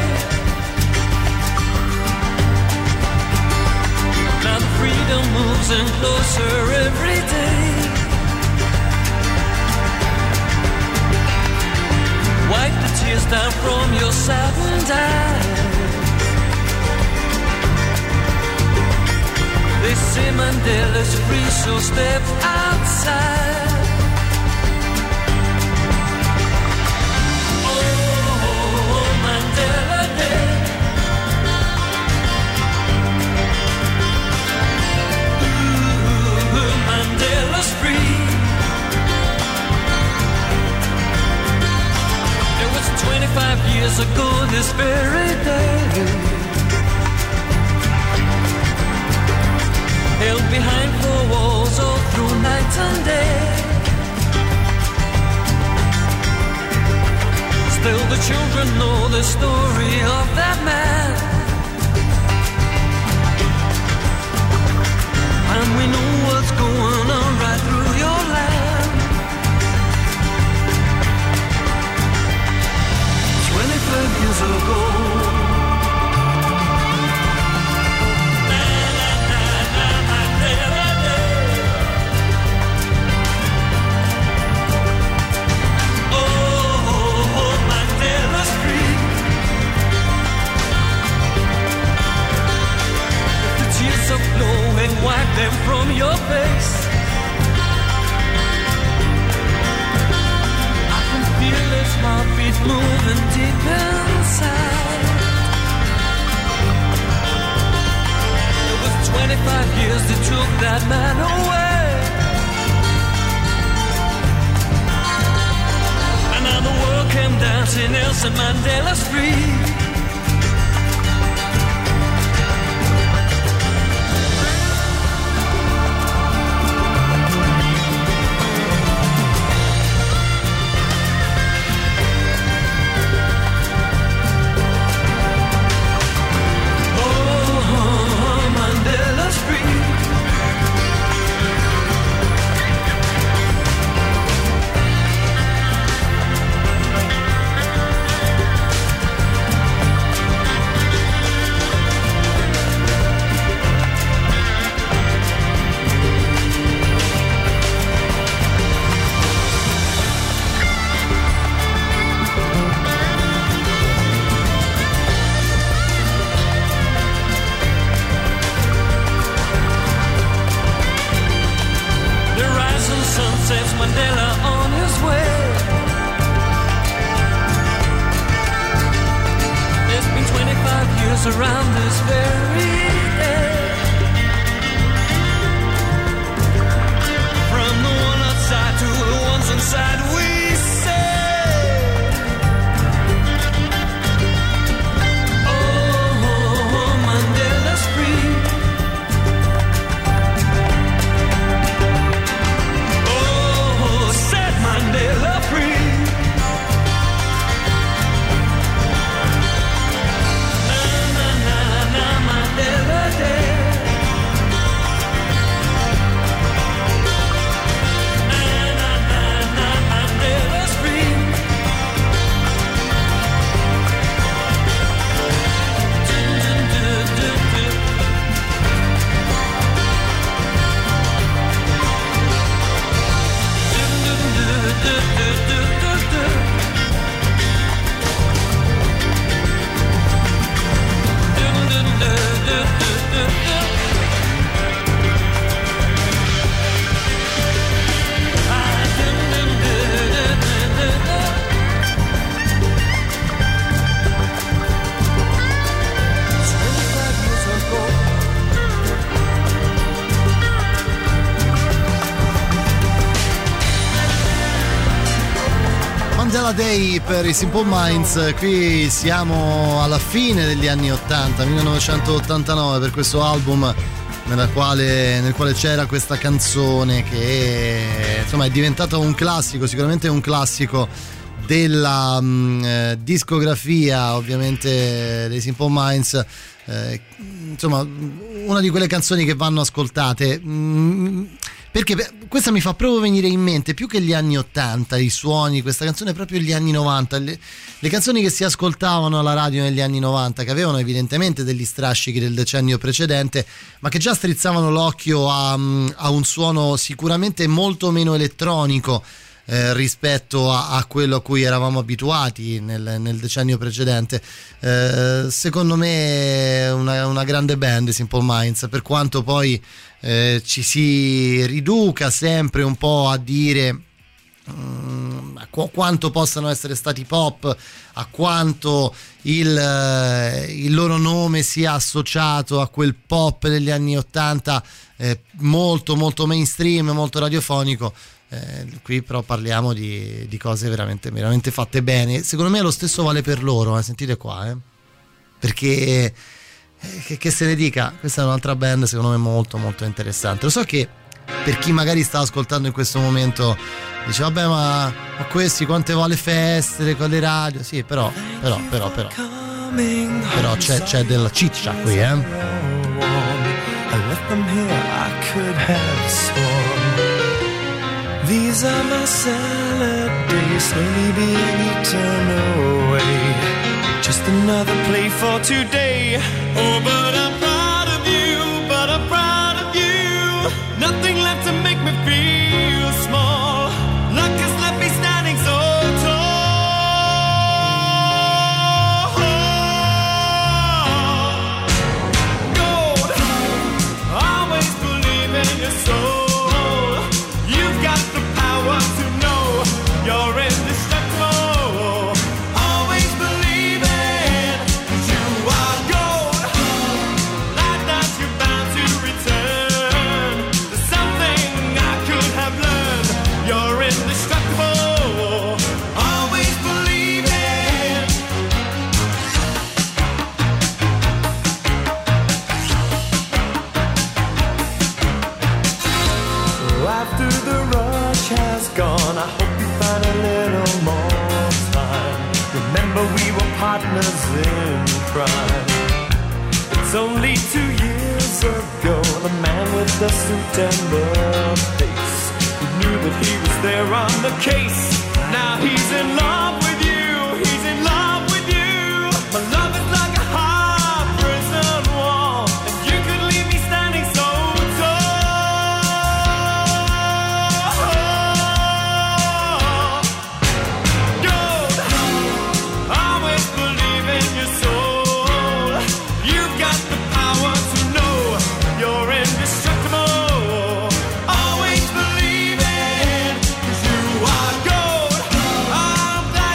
Now the freedom moves in closer every day. Wipe the tears down from your saddened eyes. They say Mandela's free, so step outside. Mandela's free. It was 25 years ago this very day. Held behind four walls all through night and day. Still the children know the story of that man, and we know what's going on right through your land. 25 years ago. Oh, Mandela's free. The tears are flowing, wipe them from your face. I can feel his heartbeat moving deep inside. It was 25 years that took that man away, and now the world came down to Nelson Mandela's free. Mandela on his way. It's been 25 years around this very day. From the one outside to the ones inside, we say, oh, Mandela's free.
Holiday per i Simple Minds. Qui siamo alla fine degli anni 80, 1989, per questo album nel quale c'era questa canzone che insomma è diventata un classico, sicuramente un classico della discografia ovviamente dei Simple Minds. Insomma, una di quelle canzoni che vanno ascoltate, perché questa mi fa proprio venire in mente, più che gli anni 80, i suoni, questa canzone proprio gli anni 90, le canzoni che si ascoltavano alla radio negli anni 90, che avevano evidentemente degli strascichi del decennio precedente, ma che già strizzavano l'occhio a un suono sicuramente molto meno elettronico rispetto a quello a cui eravamo abituati nel decennio precedente. Secondo me una grande band, Simple Minds, per quanto poi ci si riduca sempre un po' a dire quanto possano essere stati pop, a quanto il loro nome sia associato a quel pop degli anni 80 molto molto mainstream, molto radiofonico. Qui però parliamo di cose veramente, veramente fatte bene. Secondo me lo stesso vale per loro, sentite qua, perché che se ne dica, questa è un'altra band secondo me molto molto interessante. Lo so che per chi magari sta ascoltando in questo momento dice vabbè ma questi quante vale feste con le radio, sì, però c'è della ciccia qui,
I left them here, I could have sworn. These are my salad days, slowly being eaten away. Just another play for today. Oh, but I'm proud of you, but I'm proud of you. Nothing left to make me feel small. Luck has left me standing so tall. Gold, always believe in your soul. You're indestructible. Always believe it. You are gold. Like that you're bound to return. There's something I could have learned. You're indestructible. Always believe it. So after the rush has gone, I hope find a little more time. Remember we were partners in crime. It's only 2 years ago, the man with the suit and the face, who knew that he was there on the case. Now he's in love with you, he's in love with you. My love is like a high prison wall, and you could leave me standing so I'm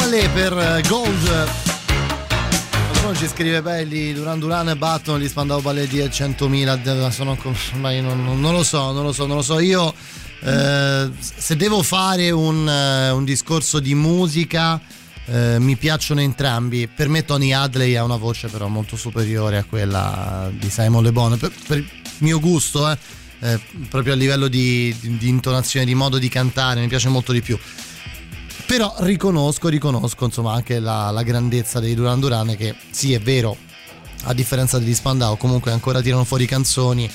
Ballet per Gold. Qualcuno ci scrive belli Duran Duran e battono gli Spandau Ballet di 100.000. Sono ormai non lo so. Io se devo fare un discorso di musica, mi piacciono entrambi. Per me Tony Hadley ha una voce però molto superiore a quella di Simon Le Bon per il mio gusto, proprio a livello di intonazione, di modo di cantare, mi piace molto di più. Però riconosco insomma anche la grandezza dei Duran Duran, che sì, è vero, a differenza degli Spandau comunque ancora tirano fuori canzoni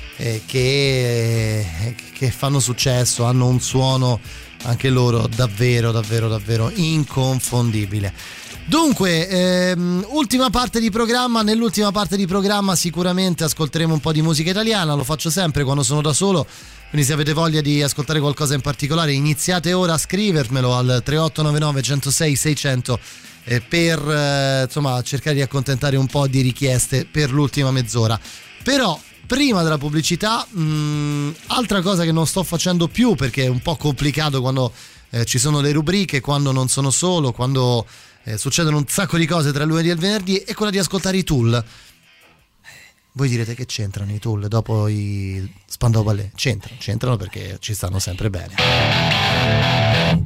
che fanno successo, hanno un suono anche loro davvero inconfondibile. Dunque, ultima parte di programma. Nell'ultima parte di programma sicuramente ascolteremo un po' di musica italiana, lo faccio sempre quando sono da solo, quindi se avete voglia di ascoltare qualcosa in particolare iniziate ora a scrivermelo al 3899 106 600 per insomma cercare di accontentare un po' di richieste per l'ultima mezz'ora. Però prima della pubblicità, altra cosa che non sto facendo più perché è un po' complicato quando ci sono le rubriche, quando non sono solo, quando succedono un sacco di cose tra il lunedì e il venerdì, è quella di ascoltare i Tool. Voi direte che c'entrano i Tool dopo i Spandau Ballet? C'entrano perché ci stanno sempre bene.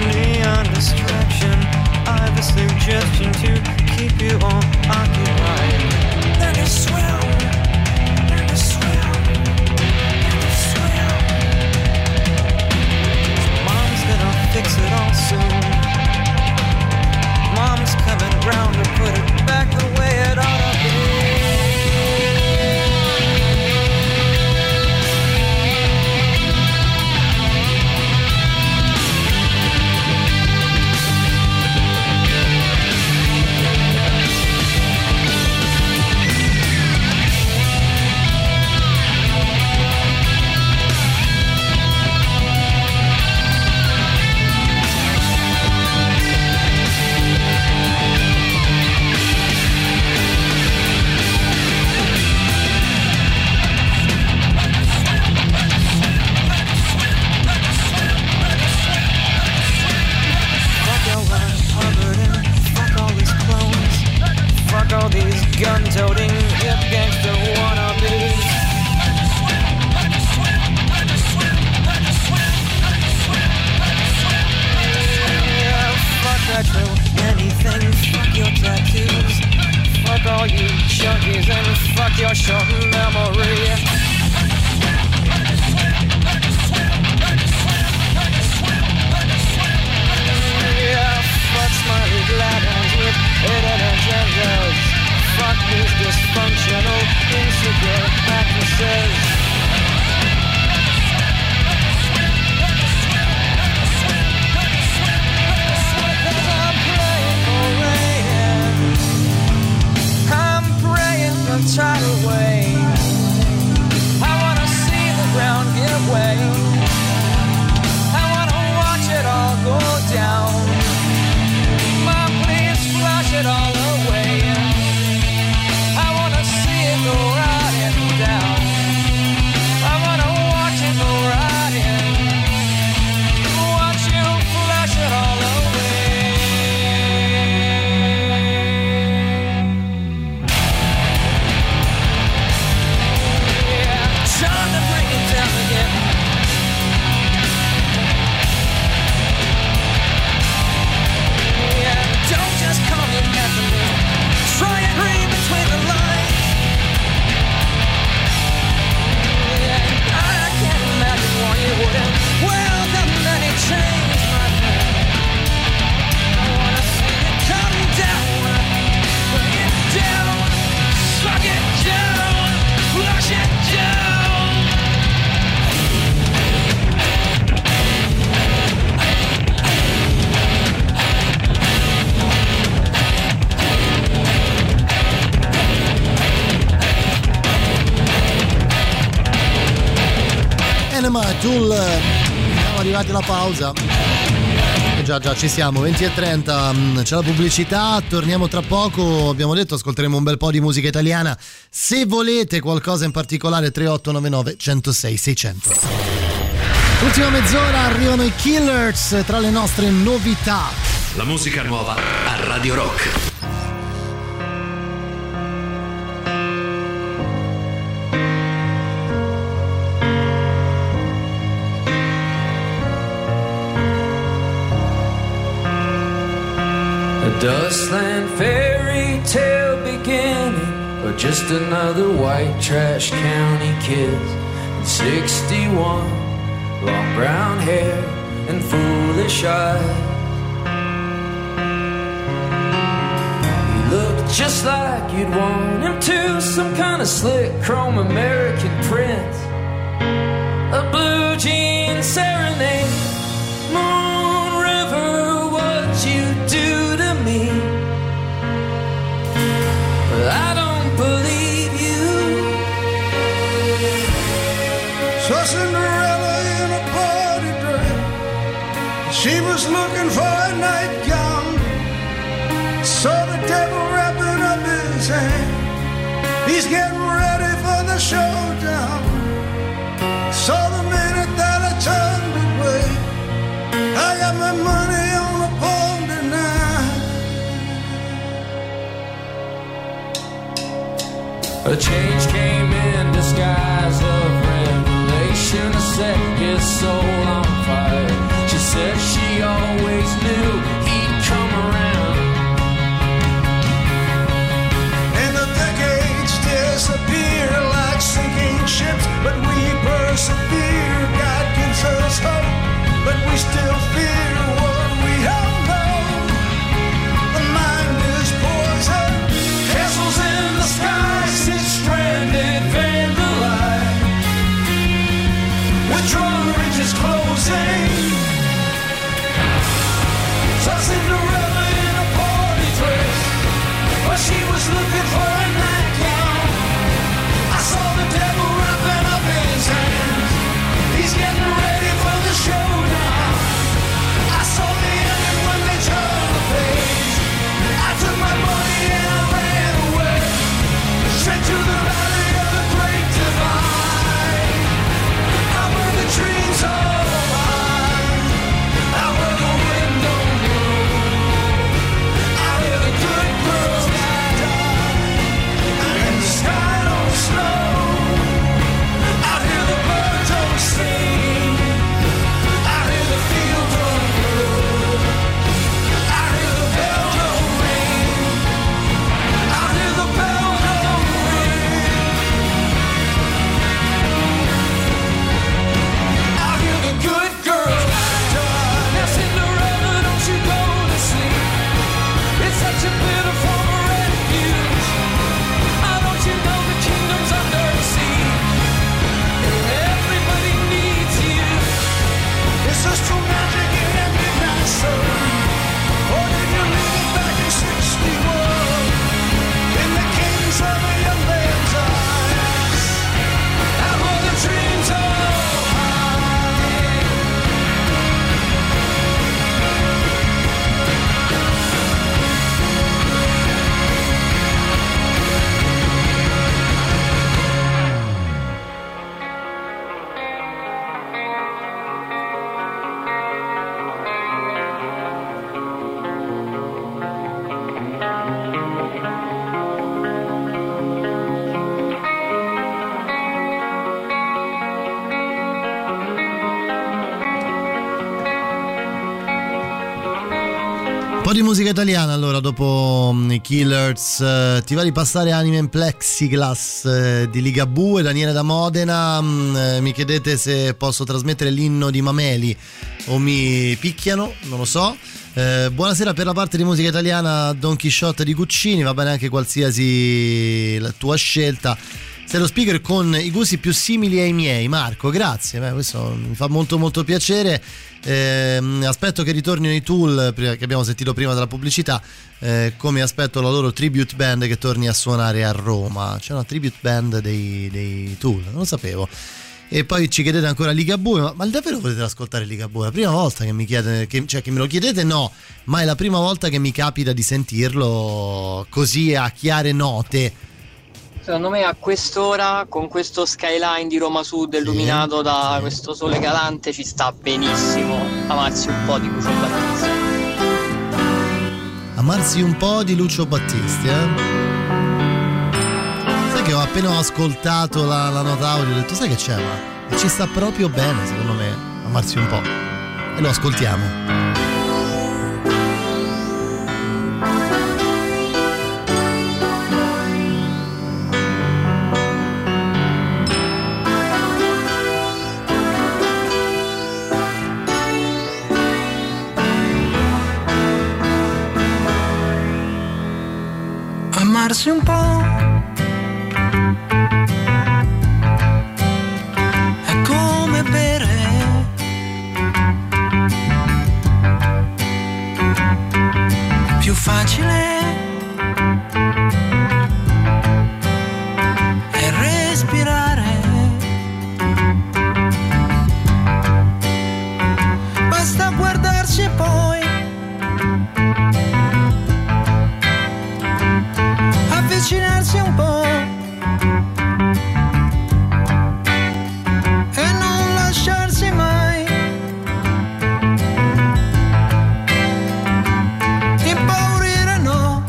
Suggestion to keep you all occupied.
all you junkies and fuck your short memory. Yeah, fuck smiley glad-hands with hidden agendas. Fuck these dysfunctional, insecure actresses. Tidal wave. I wanna see the ground give way. I wanna watch it all go down. Mom, please flush it all away. I wanna see it go right and down. I wanna watch it go right in. Watch you flush it all away. Time to bring it down again. Yeah, don't just call me Anthony. Try and read between the lines. Yeah, I can't imagine why you wouldn't. Well, the many change, my friend. I wanna see it come down. Bring it down. Suck it down. Flush it down.
Enema Tool, siamo arrivati alla pausa. Già, ci siamo, 20:30, c'è la pubblicità, torniamo tra poco, abbiamo detto ascolteremo un bel po' di musica italiana. Se volete qualcosa in particolare 3899 106 600. Ultima mezz'ora, arrivano i Killers tra le nostre novità.
La musica nuova a Radio Rock.
Dustland fairy tale beginning, or just another white trash county kid. 61, long brown hair and foolish eyes. He looked just like you'd want him to, some kind of slick chrome American prince. A blue jean serenade, Moon River, what you do to me. I don't believe you.
So Cinderella in a party dress, she was looking for a nightgown. Saw the devil wrapping up his hand, he's getting ready for the showdown. Saw the minute that I turned away, I got my money on a pawn tonight.
A change came in disguise of revelation to set his soul on fire. She said she always knew he'd come around.
And the decades disappear like sinking ships, but we persevere. God gives us hope, but we still fear what we don't know. The mind is poison, castles in the sky, sit stranded, vandalized, withdrawn ridges closing. So
po' di musica italiana allora dopo i Killers. Ti va di passare Anime in Plexiglass di Ligabue, Daniele da Modena. Mi chiedete se posso trasmettere l'inno di Mameli o mi picchiano, non lo so. Buonasera, per la parte di musica italiana Don Chisciotte di Guccini, va bene anche qualsiasi la tua scelta. Sei lo speaker con i gusti più simili ai miei, Marco, grazie. Questo mi fa molto molto piacere. Aspetto che ritornino i Tool, che abbiamo sentito prima della pubblicità, come aspetto la loro tribute band che torni a suonare a Roma. C'è una tribute band dei Tool, non lo sapevo. E poi ci chiedete ancora Ligabue, ma davvero volete ascoltare Ligabue? La prima volta che mi chiedete, cioè che me lo chiedete, no, ma è la prima volta che mi capita di sentirlo così a chiare note.
Secondo me a quest'ora, con questo skyline di Roma Sud illuminato da questo sole calante, ci sta benissimo amarsi un po' di Lucio Battisti.
Amarsi un po' di Lucio Battisti, Sai che ho appena ascoltato la nota audio, ho detto sai che c'è, ma ci sta proprio bene secondo me, amarsi un po'. E lo ascoltiamo.
Amarsi un po' è come bere, più facile è respirare, basta guardarsi e poi avvicinarsi un po' e non lasciarsi mai impaurire, no,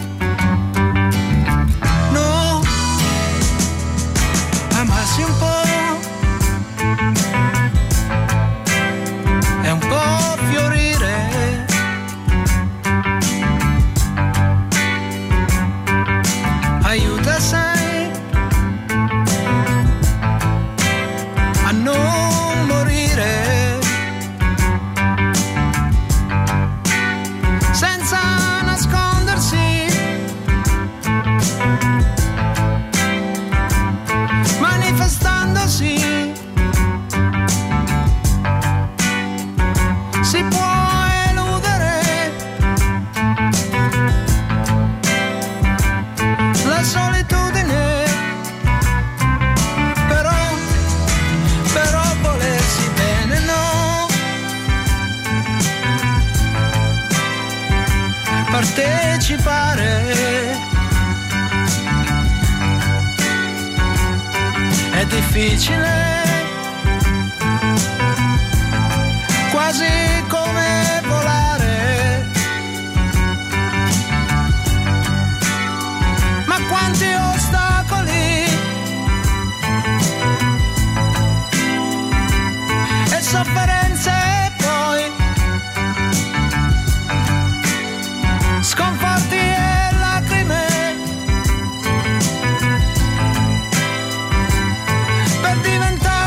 no, amarsi un po' è un po' fiorire, aiuta sai a non morire, senza nascondersi, manifestandosi, si può eludere la solitudine, però volersi bene, no, partecipare è difficile, quasi come volare, ma quanti ostacoli e sofferenze e poi sconforti e lacrime per diventare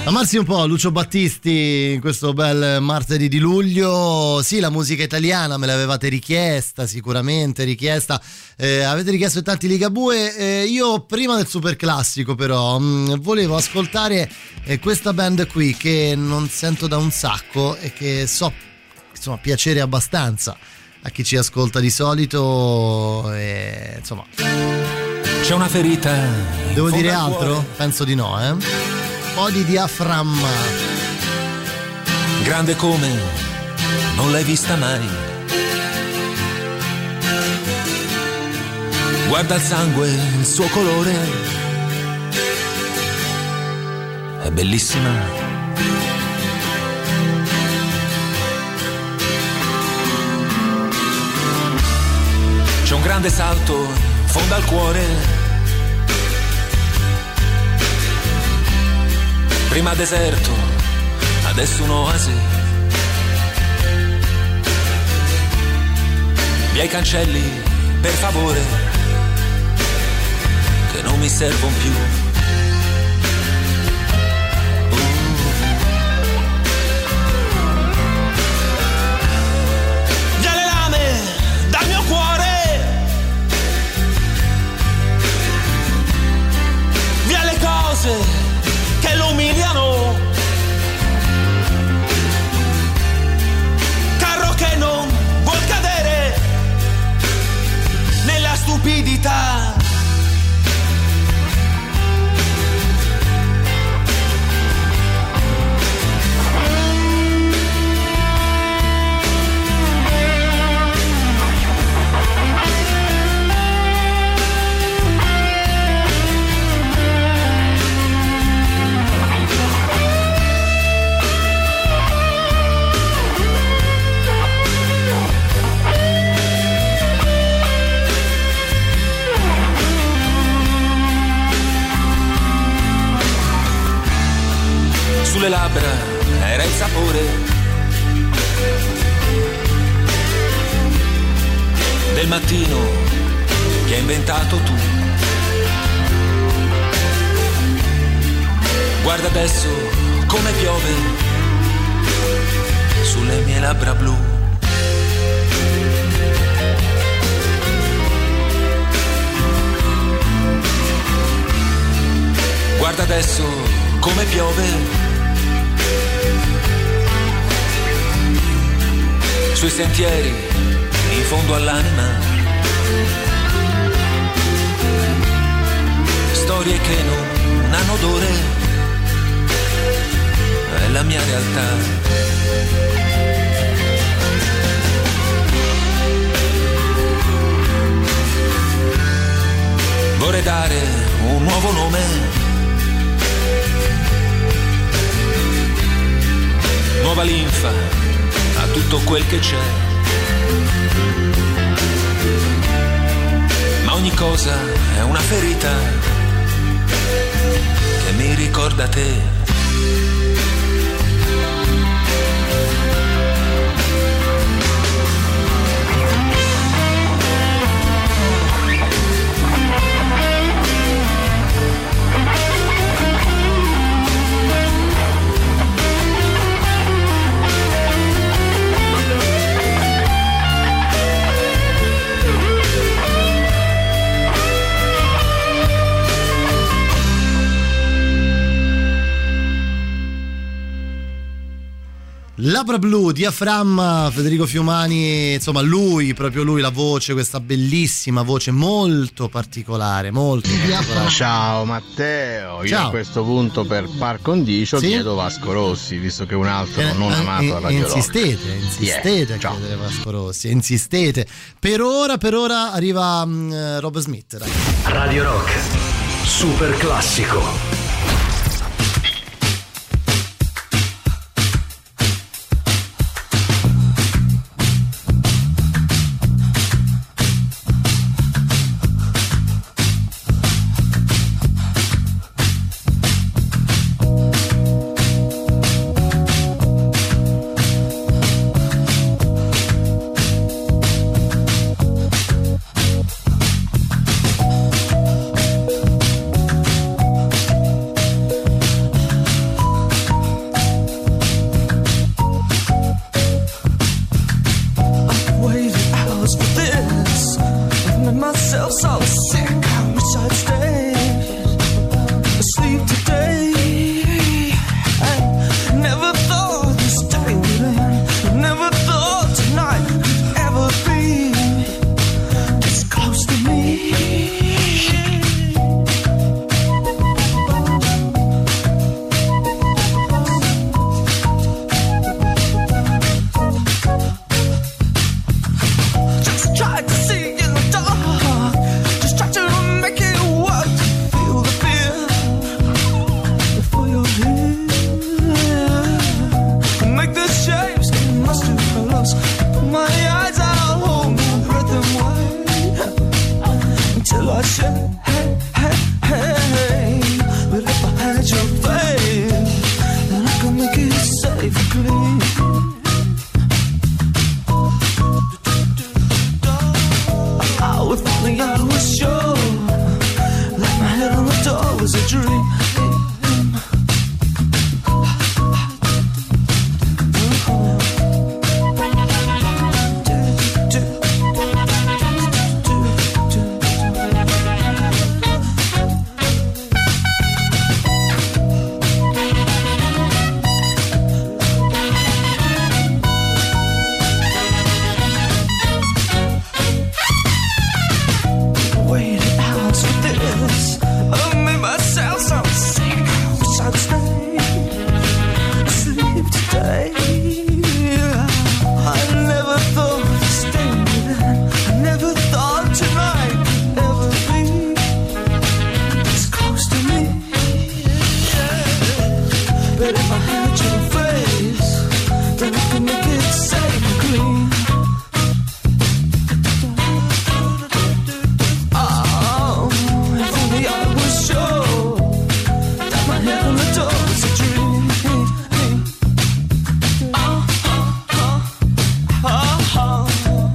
Amarsi un po', Lucio Battisti, in questo bel martedì di luglio. Sì, la musica italiana me l'avevate richiesta, sicuramente richiesta. Avete richiesto tanti Ligabue. Io prima del super classico però volevo ascoltare questa band qui che non sento da un sacco e che so insomma piacere abbastanza a chi ci ascolta di solito. Insomma,
c'è una ferita.
Devo dire altro? Penso di no, Un po' di diaframma.
Grande come non l'hai vista mai. Guarda il sangue, il suo colore. È bellissima. C'è un grande salto in fondo al cuore. Prima deserto, adesso un'oasi. Via i cancelli, per favore, che non mi servono più.
Via le lame dal mio cuore, via le cose che lo umiliano, carro che non vuol cadere nella stupidità.
Sulle labbra era il sapore del mattino che hai inventato tu. Guarda adesso come piove sulle mie labbra blu. Guarda adesso come piove sui sentieri in fondo all'anima. Storie che non hanno odore, è la mia realtà. Vorrei dare un nuovo nome, nuova linfa a tutto quel che c'è, ma ogni cosa è una ferita che mi ricorda te.
Labbra blu, diaframma, Federico Fiumani, insomma lui, proprio lui, la voce, questa bellissima voce molto particolare, molto particolare.
Ciao Matteo, io
Ciao.
a questo punto per par condicio
Sì?
chiedo Vasco Rossi, visto che un altro non amato alla Radio Rock.
Insistete a chiedere Vasco Rossi, insistete. Per ora arriva Rob Smith, dai.
Radio Rock, super classico.
sick, I wish I'd stay asleep today. I never thought this day would end. Never thought tonight could ever be this close to me. Just try to see in the dark. Just try to make it work. Feel the fear before you're here. Make the shapes get lost in colors. Put my eyes out, hold my breath and wait until I say, hey, hey, hey. But if I had your faith, then I could make it safe and clean. If only I was sure, like my head on the door was a dream. Waited hours for this. I made myself so sick. Wish I'd stay asleep today. I never thought of staying then. I never thought tonight could ever be this close to me. But if I had your face, then I could make it safe and clean. Oh, if only I was sure that my head on the door was a dream. Oh, oh, oh, oh,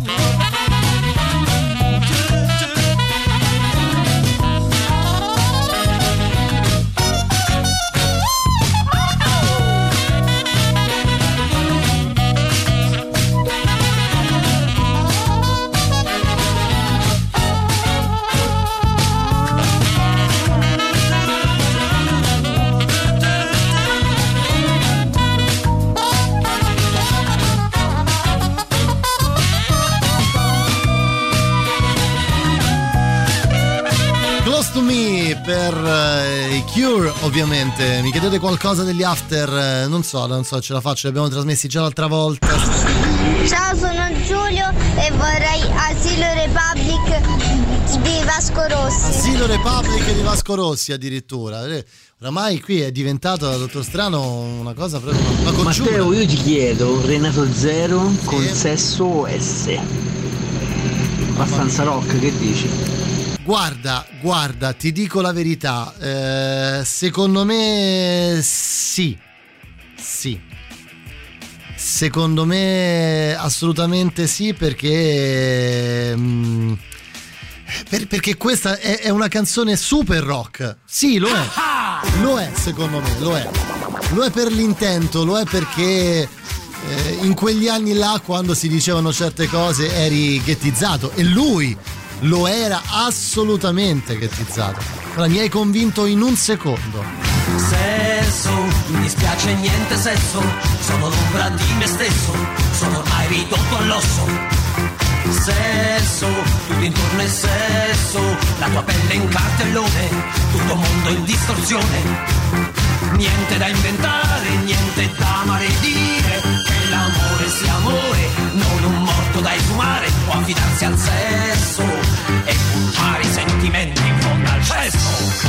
Close to Me per i Cure, ovviamente. Mi chiedete qualcosa degli After? Non so, ce la faccio, li abbiamo trasmessi già l'altra volta.
Ciao, sono Giulio e vorrei Asilo Republic di Vasco Rossi.
Asilo Republic di Vasco Rossi addirittura. Oramai qui è diventato, dottor Strano, una cosa proprio una congiura.
Matteo, io ti chiedo Renato Zero con Sesso OS. Abbastanza rock, che dici?
Guarda, ti dico la verità, secondo me sì. Secondo me assolutamente sì, perché questa è una canzone super rock. Sì, lo è secondo me, lo è per l'intento, lo è perché in quegli anni là, quando si dicevano certe cose, eri ghettizzato, e lui lo era assolutamente ghettizzato. Allora, mi hai convinto in un secondo.
Sesso, mi dispiace niente sesso, sono l'ombra di me stesso, sono ormai ridotto all'osso. Sesso, tutto intorno è sesso, la tua pelle in cartellone, tutto mondo in distorsione. Niente da inventare, niente da maledire, che l'amore sia amore, non un morto da esumare, o affidarsi al sesso e buttare i sentimenti in fondo al cesso.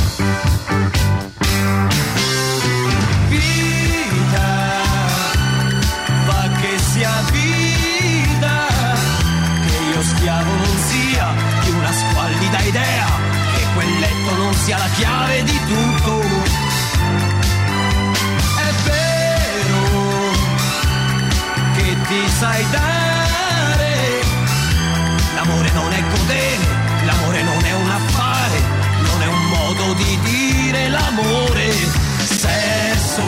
Schiavo non sia più una squallida idea, che quel letto non sia la chiave di tutto. È vero che ti sai dare, l'amore non è godere, l'amore non è un affare, non è un modo di dire l'amore. Sesso,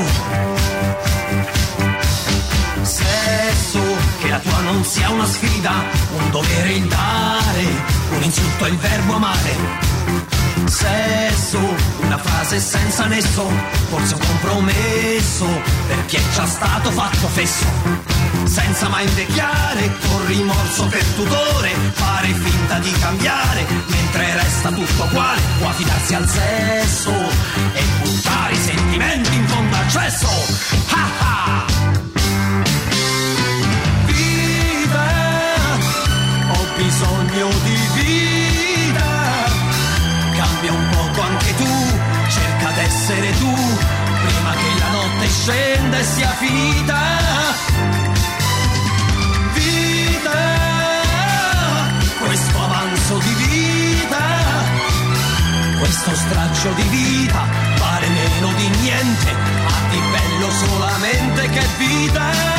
sesso, che la tua non sia una sfida, un dovere il dare, un insulto è il verbo amare. Sesso, una frase senza nesso, forse un compromesso per chi è già stato fatto fesso. Senza mai invecchiare, con rimorso per tutore, fare finta di cambiare, mentre resta tutto uguale, può affidarsi al sesso e buttare i sentimenti in fondo al cesso. Ha ha! Viva, ho bisogno di vita, cambia un poco anche tu, cerca d'essere tu, prima che la notte scenda e sia finita. Questo avanzo di vita, questo straccio di vita vale meno di niente, ha di bello solamente che vita.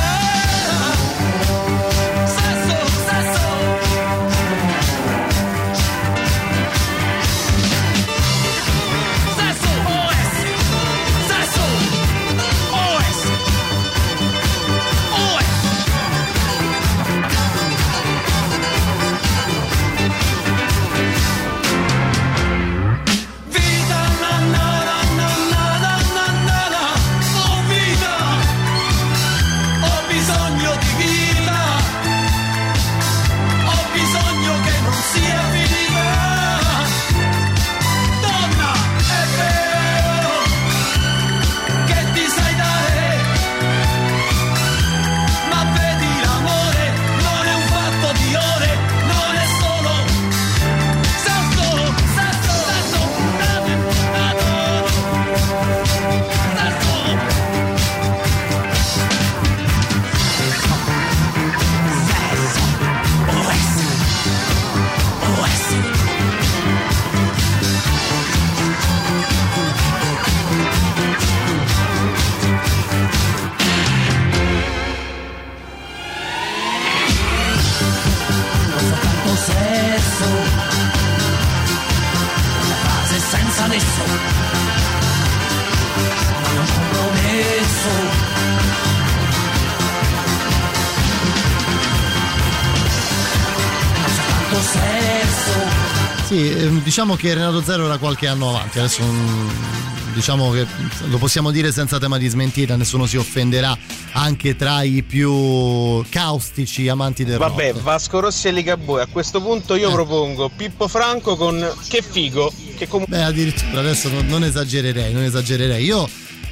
Sì, diciamo che Renato Zero era qualche anno avanti, adesso diciamo che lo possiamo dire senza tema di smentita, nessuno si offenderà, anche tra i più caustici amanti del rock.
Vabbè, Vasco Rossi e Ligabue, a questo punto io propongo Pippo Franco con Che figo, che comunque...
Beh, addirittura adesso non esagererei. Io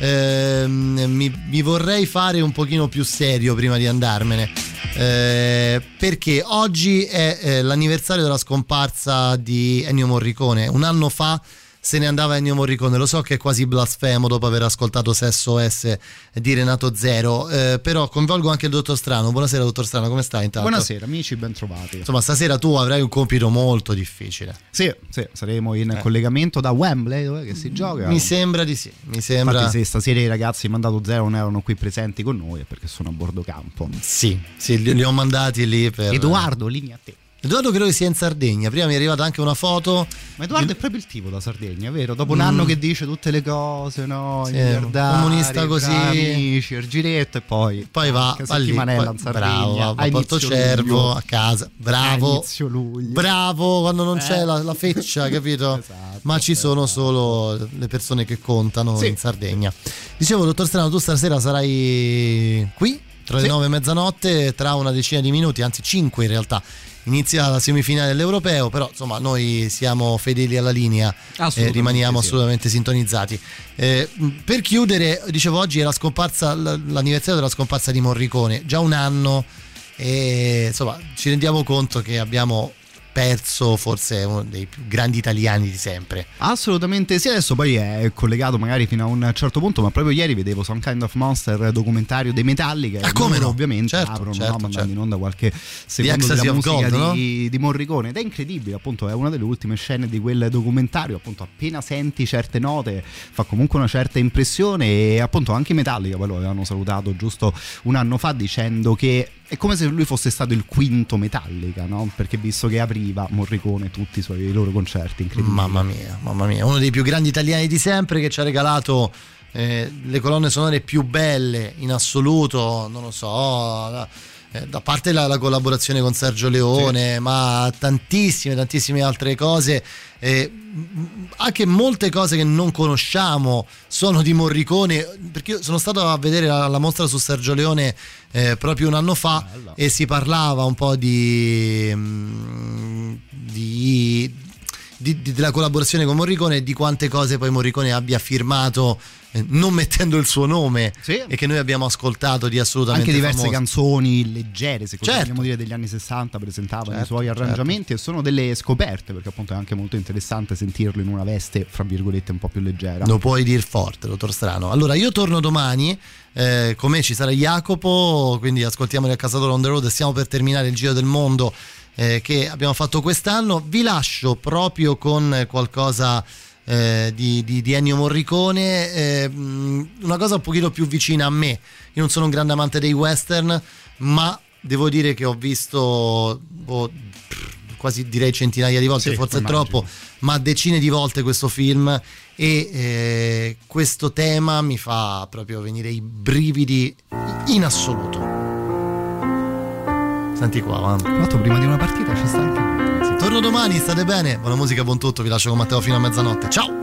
mi vorrei fare un pochino più serio prima di andarmene, perché oggi è l'anniversario della scomparsa di Ennio Morricone. Un anno fa se ne andava Ennio Morricone. Lo so che è quasi blasfemo dopo aver ascoltato Sesso S di Renato Zero, però coinvolgo anche il dottor Strano. Buonasera dottor Strano, come stai intanto?
Buonasera amici, ben trovati.
Insomma, stasera tu avrai un compito molto difficile.
Sì, saremo in collegamento da Wembley, dove che si gioca.
Mi sembra di sì,
Infatti se stasera i ragazzi di Mandato Zero non erano qui presenti con noi è perché sono a bordo campo.
Sì, li ho mandati lì per...
Edoardo, linea a te.
Edoardo credo che sia in Sardegna, prima mi è arrivata anche una foto.
Ma Edoardo è proprio il tipo da Sardegna, vero? Dopo un anno che dice tutte le cose, no?
Sì, comunista così,
amici, il giretto e poi
va lì,
in Sardegna,
bravo, a Porto Cervo, a casa, bravo, bravo, quando non c'è la feccia, capito?
Esatto,
ma ci sono solo le persone che contano in Sardegna. Dicevo, dottor Strano, tu stasera sarai qui tra le 9 e mezzanotte, tra una decina di minuti, anzi 5 in realtà. Inizia la semifinale dell'Europeo, però insomma noi siamo fedeli alla linea e rimaniamo assolutamente sintonizzati. Per chiudere, dicevo, oggi è l'anniversario della scomparsa di Morricone, già un anno, e insomma ci rendiamo conto che abbiamo perso forse uno dei più grandi italiani di sempre.
Assolutamente sì, adesso poi è collegato magari fino a un certo punto, ma proprio ieri vedevo Some Kind of Monster, documentario dei Metallica,
come no?
Ovviamente mandando in onda qualche secondo della musica God, di Morricone, ed è incredibile, appunto è una delle ultime scene di quel documentario, appunto appena senti certe note fa comunque una certa impressione, e appunto anche i Metallica poi lo avevano salutato giusto un anno fa dicendo che è come se lui fosse stato il quinto Metallica, no? Perché visto che apriva Morricone tutti i loro concerti, incredibili.
Mamma mia, uno dei più grandi italiani di sempre, che ci ha regalato le colonne sonore più belle in assoluto, non lo so, da parte la collaborazione con Sergio Leone, ma tantissime altre cose, anche molte cose che non conosciamo sono di Morricone, perché io sono stato a vedere la mostra su Sergio Leone proprio un anno fa. Bella. E si parlava un po' della collaborazione con Morricone e di quante cose poi Morricone abbia firmato non mettendo il suo nome, e che noi abbiamo ascoltato di assolutamente
anche diverse
famose
canzoni leggere, se così vogliamo dire, degli anni 60 presentavano i suoi arrangiamenti, e sono delle scoperte, perché appunto è anche molto interessante sentirlo in una veste fra virgolette un po' più leggera.
Lo puoi dir forte, dottor Strano. Allora io torno domani, con me ci sarà Jacopo, quindi ascoltiamo il Cazadora on the road e stiamo per terminare il giro del mondo che abbiamo fatto quest'anno. Vi lascio proprio con qualcosa di Ennio Morricone, una cosa un pochino più vicina a me. Io non sono un grande amante dei western, ma devo dire che ho visto quasi direi centinaia di volte, forse è troppo, ma decine di volte questo film, e questo tema mi fa proprio venire i brividi in assoluto. Senti qua,
prima di una partita ci sta anche.
Torno domani, state bene, buona musica, buon tutto, vi lascio con Matteo fino a mezzanotte, ciao!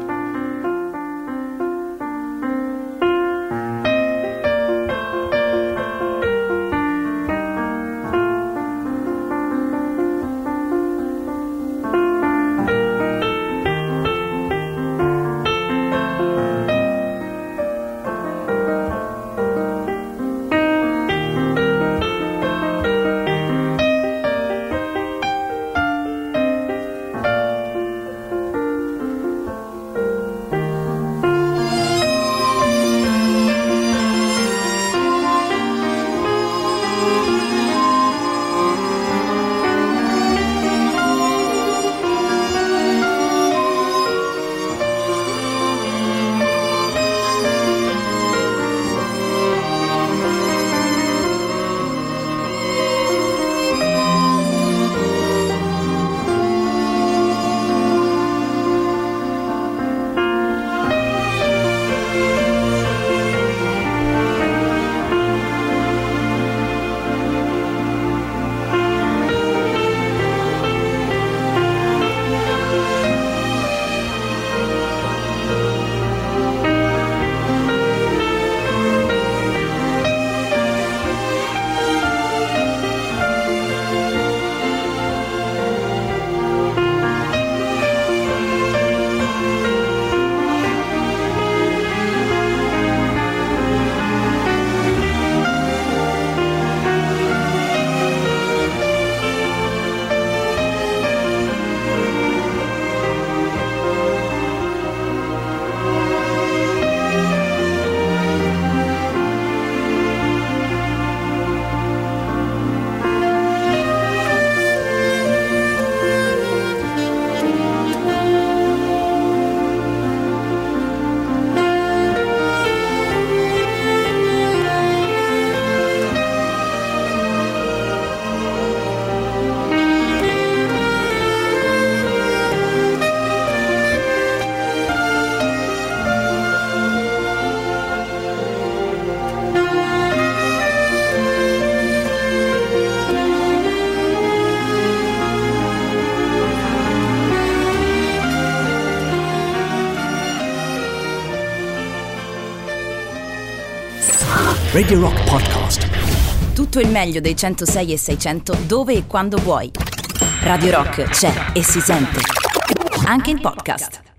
Radio Rock Podcast. Tutto il meglio dei 106 e 600 dove e quando vuoi. Radio Rock c'è e si sente. Anche in podcast.